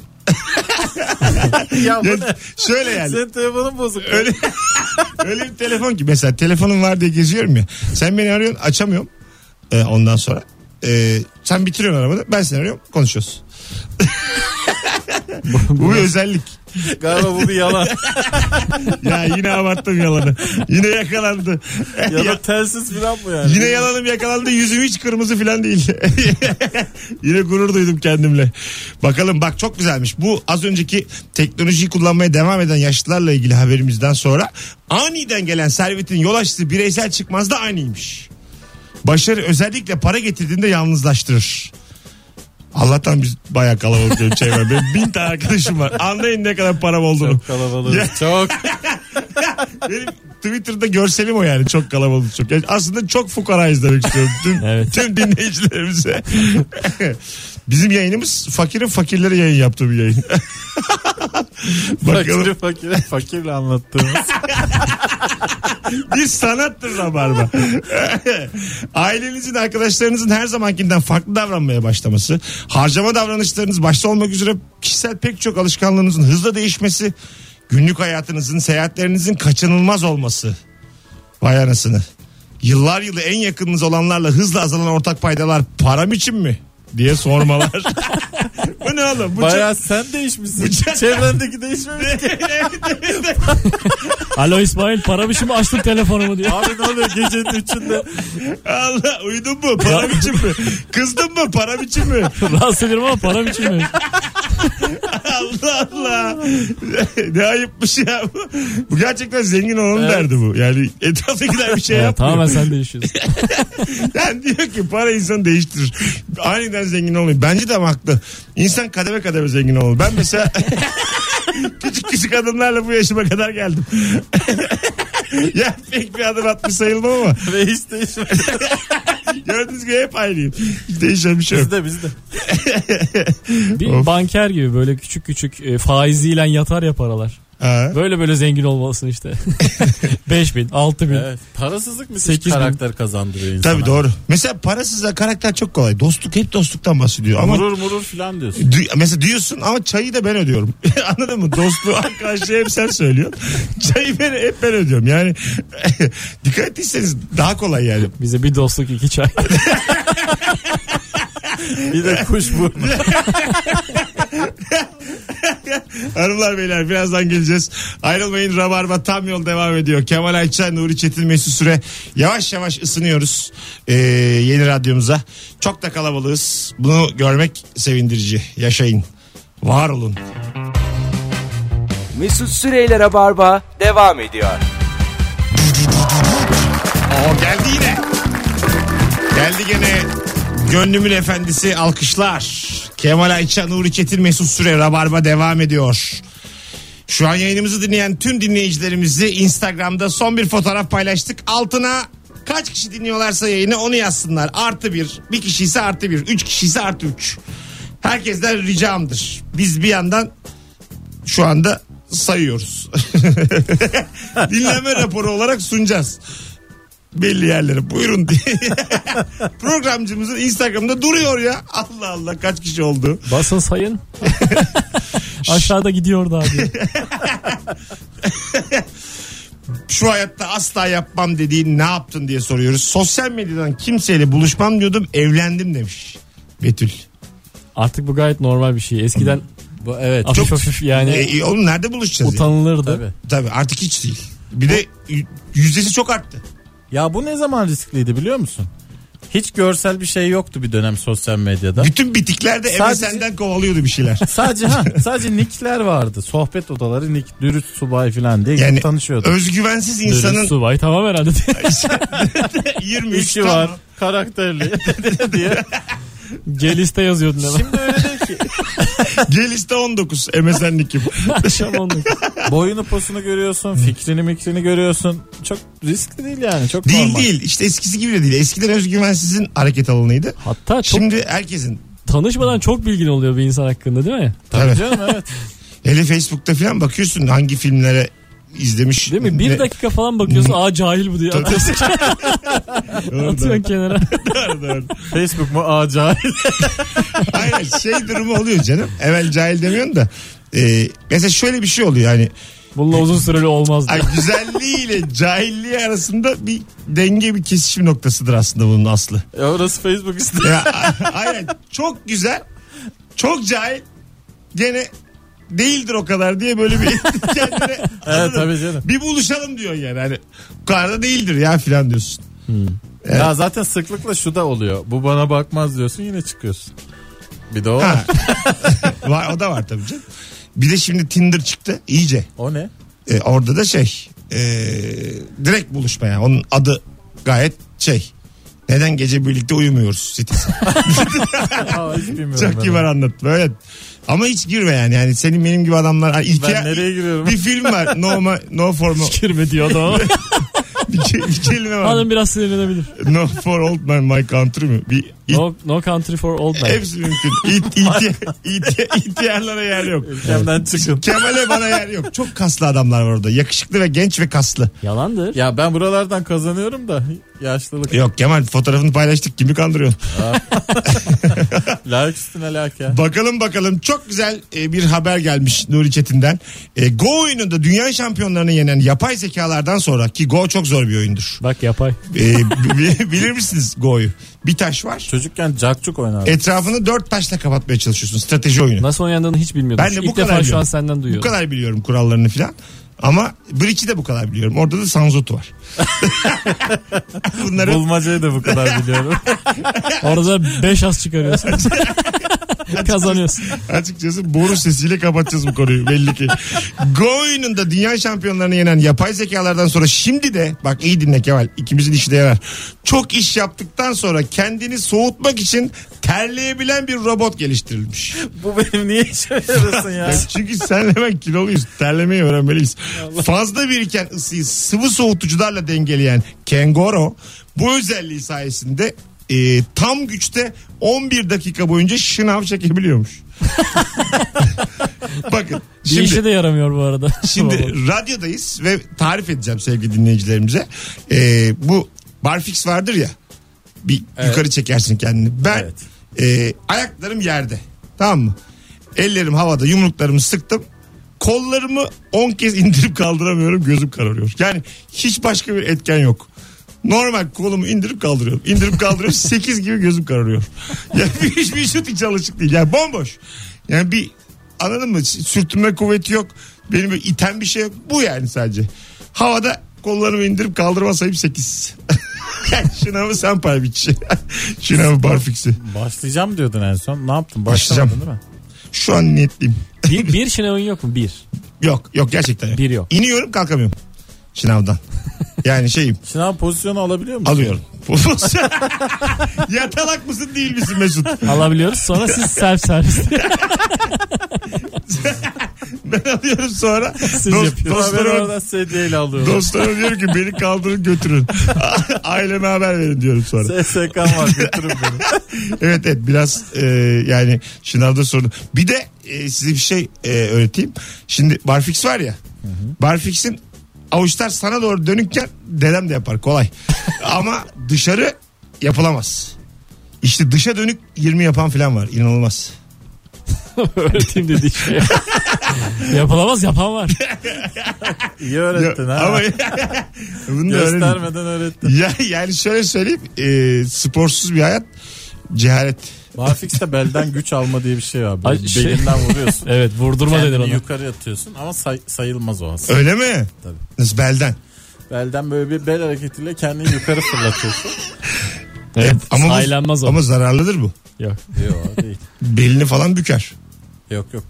Ya bu ne? Şöyle yani. Senin telefonun bozuk. Öyle bir telefon ki mesela telefonum var diye geziyorum ya. Sen beni arıyorsun, açamıyorum. Ondan sonra sen bitiriyorsun arabada, ben seni arıyorum, konuşuyoruz. Bu bir özellik. Galiba bu bir yalan. Ya yine abarttım yalanı. Yine yakalandı. Ya da telsiz falan bu yani. Yine yalanım yakalandı. Yüzüm hiç kırmızı falan değil. Yine gurur duydum kendimle. Bakalım bak, çok güzelmiş. Bu az önceki teknolojiyi kullanmaya devam eden yaşlılarla ilgili haberimizden sonra aniden gelen servetin yol açtığı bireysel çıkmaz da aynıymış. Başarı özellikle para getirdiğinde yalnızlaştırır. Allah'tan biz bayağı kalabalık bir çevre. Benim 1000 tane arkadaşım var. Anlayın ne kadar param olduğunu. Çok kalabalığız. Çok. Benim Twitter'da görselim o yani. Çok kalabalık çok. Yani aslında çok fukarayız demek istiyorum. Tüm dinleyicilerimize. Bizim yayınımız fakirin fakirlere yayın yaptığı bir yayın. Bakalım. Fakirle anlattığımız. Bir sanattır Rabarba. Ailenizin, arkadaşlarınızın her zamankinden farklı davranmaya başlaması, harcama davranışlarınız başta olmak üzere kişisel pek çok alışkanlığınızın hızla değişmesi, günlük hayatınızın, seyahatlerinizin kaçınılmaz olması. Vay anasını. Yıllar yılı en yakınınız olanlarla hızla azalan ortak paydalar param için mi diye sormalar. Bu ne oğlum? Bayağı sen değişmişsin. Çevrendeki değişmemiş. Alo İsmail, paramışımı açtım telefonumu diyor. Abi ne oluyor gecenin 3'ünde? Allah, uyudun mu? Param için mi? Kızdın mı? Param için mi? Rahatsız ederim ama param için mi? Allah Allah. Ne ayıpmış ya bu. Bu gerçekten zengin olanın derdi bu. Yani etraftakiler bir şey yapmıyor. Tamamen sen değişiyorsun. Yani diyor ki para insanı değiştirir. Aniden zengin olmayı. Bence de haklı. İnsan kademe kademe zengin olmalı. Ben mesela küçük küçük adımlarla bu yaşıma kadar geldim. Ya pek bir adım atmış sayılmam ama. Ve hiç değişmedi. Gördüğünüz gibi hep aynıyım. Hiç değişen bir şey yok. Bizde. Bir banker gibi böyle küçük küçük faiziyle yatar ya paralar. Ha. Böyle zengin olmalısın işte. 5.000, 6.000. Evet. Parasızlık müthiş karakter kazandırıyor insana. Tabii doğru. Mesela parasızla karakter çok kolay. Dostluk, hep dostluktan bahsediyor. Ama Murur filan diyorsun. Mesela diyorsun ama çayı da ben ödüyorum. Anladın mı? Dostluğu arkadaşlığı hep sen söylüyorsun. Çayı hep ben ödüyorum. Yani dikkat ettiyseniz daha kolay yani. Bize bir dostluk 2 çay. Bir de kuş burnu. Hanımlar beyler, birazdan geleceğiz. Ayrılmayın, Rabarba tam yol devam ediyor. Kemal Ayça, Nuri Çetin, Mesut Süre. Yavaş yavaş ısınıyoruz yeni radyomuza. Çok da kalabalığız. Bunu görmek sevindirici. Yaşayın. Var olun. Mesut Süre ile Rabarba devam ediyor. Geldi yine. Geldi gene. Gönlümün efendisi, alkışlar. Kemal Ayça, Nuri Çetin, Mesut Süre, Rabarba devam ediyor. Şu an yayınımızı dinleyen tüm dinleyicilerimizi Instagram'da son bir fotoğraf paylaştık. Altına kaç kişi dinliyorlarsa yayını onu yazsınlar. +1. Bir kişi ise +1. 3 kişi ise +3. Herkesten ricamdır. Biz bir yandan şu anda sayıyoruz. Dinleme raporu olarak sunacağız. Belli yerlere buyurun diye. Programcımızın Instagram'da duruyor ya. Allah Allah, kaç kişi oldu. Basın sayın. Aşağıda gidiyordu abi. Şu hayatta asla yapmam dediğin ne yaptın diye soruyoruz. Sosyal medyadan kimseyle buluşmam diyordum, evlendim demiş Betül. Artık bu gayet normal bir şey. Eskiden bu evet. Hafif yani. Oğlum nerede buluşacağız? Utanılırdı. Tabii artık hiç değil. Bir de yüzdesi çok arttı. Ya bu ne zaman riskliydi biliyor musun? Hiç görsel bir şey yoktu bir dönem sosyal medyada. Bütün bitikler de MSN'den kovalıyordu bir şeyler. Sadece nickler vardı. Sohbet odaları nick, dürüst subay falan diye yani tanışıyordu. Özgüvensiz insanın. Dürüst subay tamam herhalde. 23 İşi var, karakterli diye. G-liste yazıyordun hemen. Şimdi öyle değil ki. G-liste 19 MSN'lik Akşam 19. Boyunu posunu görüyorsun, fikrini görüyorsun. Çok riskli değil yani. Çok Değil normal. değil. İşte eskisi gibi de değil. Eskiden özgüvensizin hareket alanıydı. Hatta çok Şimdi herkesin. tanışmadan çok bilgin oluyor bir insan hakkında değil mi? Tabii. Canım evet. Hele Facebook'ta falan bakıyorsun hangi filmlere izlemiş. Değil mi? Bir dakika falan bakıyorsun cahil bu diye atıyorsun. Atıyorsun kenara. Doğru. Facebook mu? Cahil. Aynen durumu oluyor canım. Evvel cahil demiyorsun da. Mesela şöyle bir şey oluyor yani. Bununla uzun süreli olmaz diye. Güzelliğiyle cahilliği arasında bir denge, bir kesişim noktasıdır aslında bunun aslı. Orası Facebook işte. Aynen çok güzel, çok cahil, gene değildir o kadar diye böyle bir kendine Evet tabii canım. bir buluşalım diyor yani. Hani bu kadar da değildir ya filan diyorsun. Evet. Ya zaten sıklıkla şu da oluyor. Bu bana bakmaz diyorsun, yine çıkıyorsun. Bir de o var. Var, o da var tabii canım. Bir de şimdi Tinder çıktı iyice. O ne? Orada da direkt buluşma yani. Onun adı gayet neden gece birlikte uyumuyoruz sitesi. Hiç bilmiyorum. Çok kibar anlattı. Evet. Ama hiç girme yani. Yani senin benim gibi adamlar. Ben nereye giriyorum? Bir film var. No for Girme diyor adam. bir kelime var. Hanım biraz sinirlenebilir. No for old man my country mi? No country for old man. Hepsi mümkün. İhtiyarlara yer yok. Ülkemden çıkın. Kemal'e bana yer yok. Çok kaslı adamlar var orada. Yakışıklı ve genç ve kaslı. Yalandır. Ya ben buralardan kazanıyorum da yaşlılık. Yok Kemal, fotoğrafını paylaştık. Kimi kandırıyorsun? Like üstüne like ya. Bakalım. Çok güzel bir haber gelmiş Nuri Çetin'den. Go oyununda dünya şampiyonlarını yenen yapay zekalardan sonra, ki Go çok zor bir oyundur. Bak yapay. Bilir misiniz Go'yu? Bir taş var. Çocukken cakçuk oynardım. Etrafını 4 taşla kapatmaya çalışıyorsun. Strateji oyunu. Nasıl oynandığını hiç bilmiyordum. Ben de bu İlk kadar defa şu biliyorum. an senden Bu duyuyorum. kadar biliyorum kurallarını filan. Ama Bridge'i de bu kadar biliyorum. Orada da Sanzotu var. Bunları Bulmacayı da bu kadar biliyorum. Orada 5 az çıkarıyorsun. Kazanıyorsun. açıkçası boru sesiyle kapatacağız bu konuyu belli ki. Go oyununda dünya şampiyonlarını yenen yapay zekalardan sonra şimdi de bak iyi dinle Kemal, ikimizin işi de yarar. Çok iş yaptıktan sonra kendini soğutmak için terleyebilen bir robot geliştirilmiş. Bu benim niye işe yarasın ya? Çünkü senle ben kiloluyuz. Terlemeyi öğrenmeliyiz. Fazla biriken ısıyı sıvı soğutucularla dengeleyen Kangoro bu özelliği sayesinde tam güçte 11 dakika boyunca şınav çekebiliyormuş. Bakın. Bir işe de yaramıyor bu arada. Şimdi radyodayız ve tarif edeceğim sevgili dinleyicilerimize. Bu barfix vardır ya. Bir yukarı çekersin kendini. Ben ayaklarım yerde. Tamam mı? Ellerim havada, yumruklarımı sıktım. Kollarımı 10 kez indirip kaldıramıyorum, gözüm kararıyor. Yani hiç başka bir etken yok. Normal kolumu indirip kaldırıyorum. 8 gibi gözüm kararıyor. Yani hiçbir şut hiç alışık değil. Yani bomboş. Yani bir, anladın mı? Sürtünme kuvveti yok. Benim böyle iten bir şey yok. Bu yani sadece. Havada kollarımı indirip kaldırma sayıp 8. Şınavı sen pay biç. Şınavı barfiksi. Başlayacağım diyordun en son. Ne yaptın? Başlayacağım. Başlamadın değil mi? Şu an niyetliyim. Bir şınavın yok mu? Bir. Yok gerçekten yok. Bir yok. İniyorum, kalkamıyorum. Şınavdan. Yani Şınav pozisyonu alabiliyor musun? alıyorum. Yatalak mısın değil misin Mesut? Alabiliyoruz. Sonra siz self servis. Ben alıyorum sonra. Siz yapıyorsunuz. Ben Dostlarıma, oradan sedyeyle alıyorum. dostlarıma diyorum ki beni kaldırın götürün. Aileme haber verin diyorum sonra. SSK var, götürün beni. Evet biraz yani şınavda sorun. Bir de size bir şey öğreteyim. Şimdi barfix var ya. Barfix'in avuçlar sana doğru dönükken dedem de yapar, kolay. Ama dışarı yapılamaz. İşte dışa dönük 20 yapan falan var. İnanılmaz. Öğreteyim dediği şey. Yapılamaz, yapan var. İyi öğrettin ha. Ama bunu da öğrenin. Göstermeden öğrettin. Yani şöyle söyleyeyim, sporsuz bir hayat cehalet. Barfix'te belden güç alma diye bir şey var. Ay, Belinden vuruyorsun. Evet, vurdurma denir Kendini ona. yukarı atıyorsun ama sayılmaz o aslında. Öyle mi? Tabii. Nasıl, belden? Belden böyle bir bel hareketiyle kendini yukarı fırlatıyorsun. Evet, Ama saylanmaz o. Ama zararlıdır bu. Yok. Yok değil. Belini falan büker. Yok.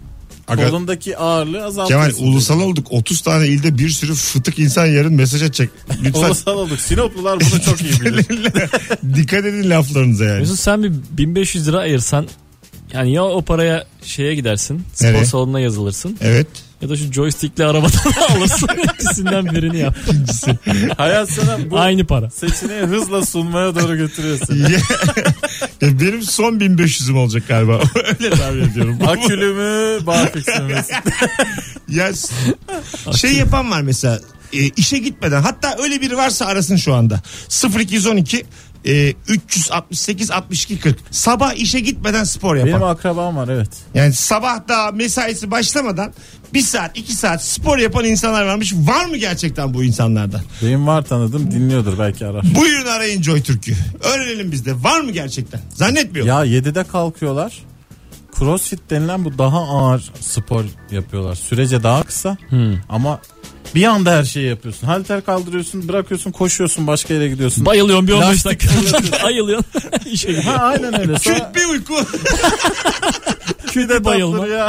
Aga, kolundaki ağırlığı azaltıyorsun. Kemal ulusal olduk. 30 tane ilde bir sürü fıtık insan yarın mesaj atacak. Lütfen. Ulusal olduk. Sinoplular bunu çok iyi bilir. Dikkat edin laflarınıza yani. Mesut sen bir 1500 lira ayırsan yani ya o paraya şeye gidersin. Spor Nereye? salonuna yazılırsın. Evet. Ya da şu joystickli arabadan alırsın. İkisinden birini yap. Hayat sana bu aynı para. seçeneği hızla sunmaya doğru götürüyorsun. Ya benim son 1500'üm olacak galiba. Öyle tahmin ediyorum. Akülü mü barfiksü mü? Ya şey yapan var mesela işe gitmeden, hatta öyle biri varsa arasın şu anda. 0212 368 62 40. Sabah işe gitmeden spor yapan. Benim akrabam var, evet. Yani sabah da mesaisi başlamadan 1 saat 2 saat spor yapan insanlar varmış. Var mı gerçekten bu insanlardan? Benim var tanıdım, dinliyordur, belki arar. Buyurun arayın Joy Türk'ü. Öğrenelim biz de. Var mı gerçekten? Zannetmiyorum. Ya 7'de kalkıyorlar. Crossfit denilen bu daha ağır spor yapıyorlar. Sürece daha kısa ama bir anda her şeyi yapıyorsun. Halter kaldırıyorsun, bırakıyorsun, koşuyorsun, başka yere gidiyorsun. Bayılıyorsun bir 15 Lastik dakika. Ayılıyorsun. İşe gidiyor. Ha, aynen öyle. Küt bir uyku. Küde bayılma. ya.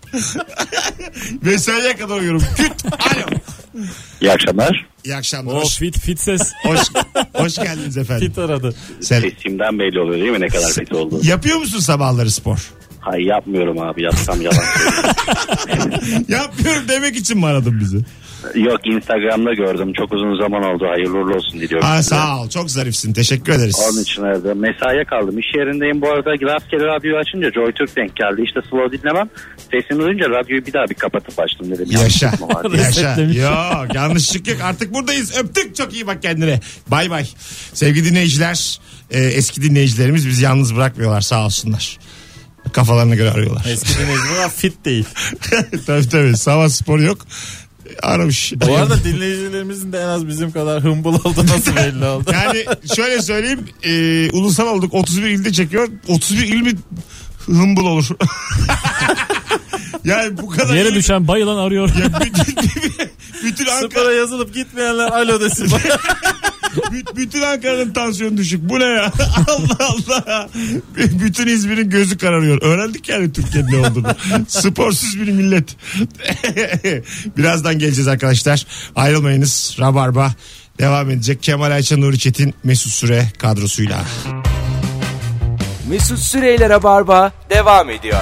Mesaiye kadar uyuyorum. Küt. Alo. İyi akşamlar. İyi akşamlar. O fit ses. Hoş geldiniz efendim. Fit aradı. Sesimden belli oluyor değil mi ne kadar fit oldu? Yapıyor musun sabahları spor? Hayır, yapmıyorum abi, yapsam yalan söyleyeyim. Yapıyorum demek için mi aradın bizi? Yok, Instagram'da gördüm, çok uzun zaman oldu, hayırlı uğurlu olsun diliyorum. Sağ ol, çok zarifsin, teşekkür ederiz. Onun için aradım. Mesaiye kaldım, iş yerindeyim bu arada. Rastgele radyoyu açınca Joy Türk denk geldi. İşte slow dinlemem, sesini duyunca radyoyu bir daha bir kapatıp açtım dedim. Yaşa. Yaşa. Resetlemiş. Yok, yanlışlık yok, artık buradayız, öptük, çok iyi bak kendine. Bay bay. Sevgili dinleyiciler, eski dinleyicilerimiz bizi yalnız bırakmıyorlar, sağ olsunlar. Kafalarına göre arıyorlar. Eskiden ezber fit değil. Tabii sabah spor yok. Aramış. Bu arada dinleyicilerimizin de en az bizim kadar hımbıl oldu, nasıl belli oldu. Yani şöyle söyleyeyim, ulusal olduk, 31 ilde çekiyor. 31 il mi hımbıl olur? Yani bu kadar. Yere düşen bayılan arıyor. Ya bütün Ankara, Spora yazılıp gitmeyenler alo desin. bütün Ankara'nın tansiyonu düşük. Bu ne ya? Allah Allah. Bütün İzmir'in gözü kararıyor. Öğrendik yani Türkiye'nin ne olduğunu. Sporsuz bir millet. Birazdan geleceğiz arkadaşlar. Ayrılmayınız. Rabarba devam edecek. Kemal Ayça, Nuri Çetin, Mesut Süre kadrosuyla. Mesut Süreyle Rabarba devam ediyor.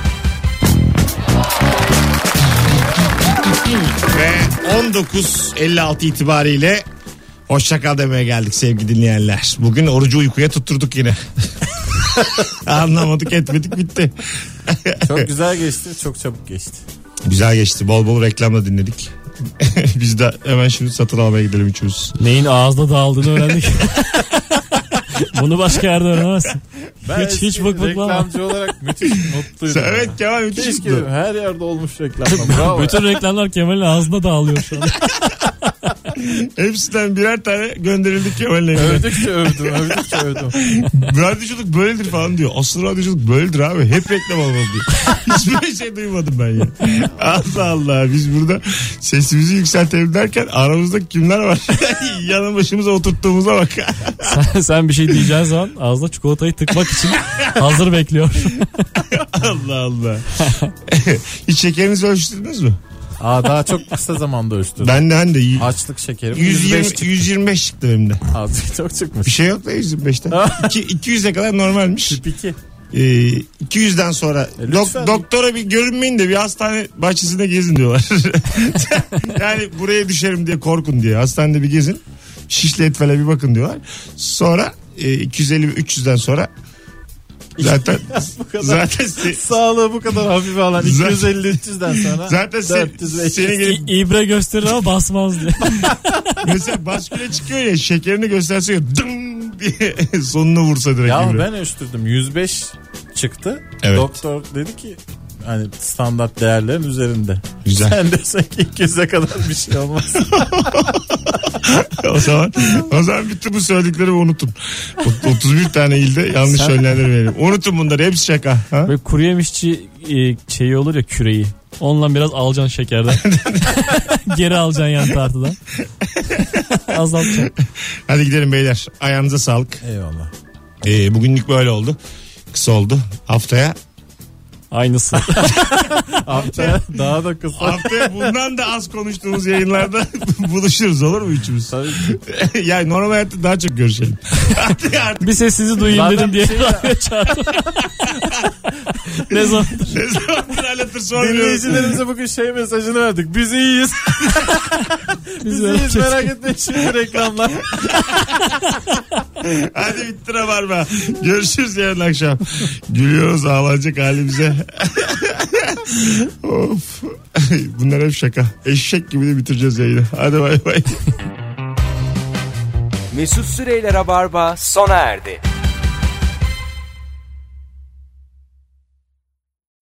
Ve 19.56 itibariyle hoşçakal demeye geldik sevgili dinleyenler. Bugün orucu uykuya tutturduk yine. Anlamadık etmedik, bitti. Çok güzel geçti, çok çabuk geçti. Güzel geçti, bol bol reklamla dinledik. Biz de hemen şimdi satın almaya gidelim üçümüz. Neyin ağızda dağıldığını öğrendik. Bunu başka yerde öğrenemezsin. Ben hiç bık bıklama. reklamcı olarak müthiş mutluydum. Evet Kemal, müthiş Keşke mutlu. her yerde olmuş reklamlar. Bravo. Bütün reklamlar Kemal'in ağzında dağılıyor şu an. Hepsinden birer tane gönderildik Kemal'le evine. Övdükçe övdüm. Radyoculuk böyledir falan diyor. Aslında radyoculuk böyledir abi. Hep reklam olmalı diyor. Hiçbir şey duymadım ben ya. Allah Allah. Biz burada sesimizi yükseltelim derken aramızda kimler var? Yanı başımıza oturttuğumuza bak. Sen bir şey diyeceğin zaman ağzına çikolatayı tıkmak için hazır bekliyor. Allah Allah. Hiç şekerinizi ölçtünüz mü? Daha çok kısa zamanda ölçtüm. Ben de Açlık şekerim 105 çıktı. 125 çıktı benim de. Azıcık çok çıkmış. Bir şey yok da 125'ten. 200'e kadar normalmiş. Tip 2. 200'den sonra lütfen. doktora bir görünmeyin de bir hastane bahçesinde gezin diyorlar. Yani buraya düşerim diye korkun diye. Hastanede bir gezin. Şişli Etfel'e bir bakın diyorlar. Sonra 250-300'den sonra zaten Sağlığı bu kadar hafife alan 250-300'den sonra zaten seni gelip İbre gösterir ama basmaz diye. mesela basküle çıkıyor ya, şekerini gösterse ya dım diye sonuna vursa direkt. Ya İbre. ben ölçtürdüm 105 çıktı. Evet. Doktor dedi ki hani standart değerlerin üzerinde. Güzel. Sen desen ki 200'e kadar bir şey olmaz. o zaman bütün bu söylediklerimi unutun. 31 tane ilde yanlış yönlendirmeyelim. Unutun bunları, hepsi şaka. Ha? Böyle kuru yemişçi şeyi olur ya, küreği. Onunla biraz alacaksın şekerden. Geri alacaksın yan tartıdan. Azaltacaksın. Hadi gidelim beyler. Ayağınıza sağlık. Eyvallah. Bugünlük böyle oldu. Kısa oldu. Haftaya Aynısı. Haftaya daha da kısa. Haftaya bundan da az konuştuğumuz yayınlarda buluşuruz, olur mu üçümüz? Tabii. Yani normal hayatta daha çok görüşelim. Artık Bir sessizi duyayım Zaten dedim diye şey radyo çağırdım. Ne zamandır? ne zamandır halatır sormuyoruz. Dinleyicilerimize bugün mesajını verdik. Biz iyiyiz. Biz iyiyiz, merak etmeyin, şimdi reklamlar. Hadi bitti Rabarba. Görüşürüz yarın akşam. Gülüyoruz, ağlanacak halimize. Of. Bunlar hep şaka. Eşek gibi de bitireceğiz yayını. Hadi bay bay. Mesut Süreyler'e Rabarba sona erdi.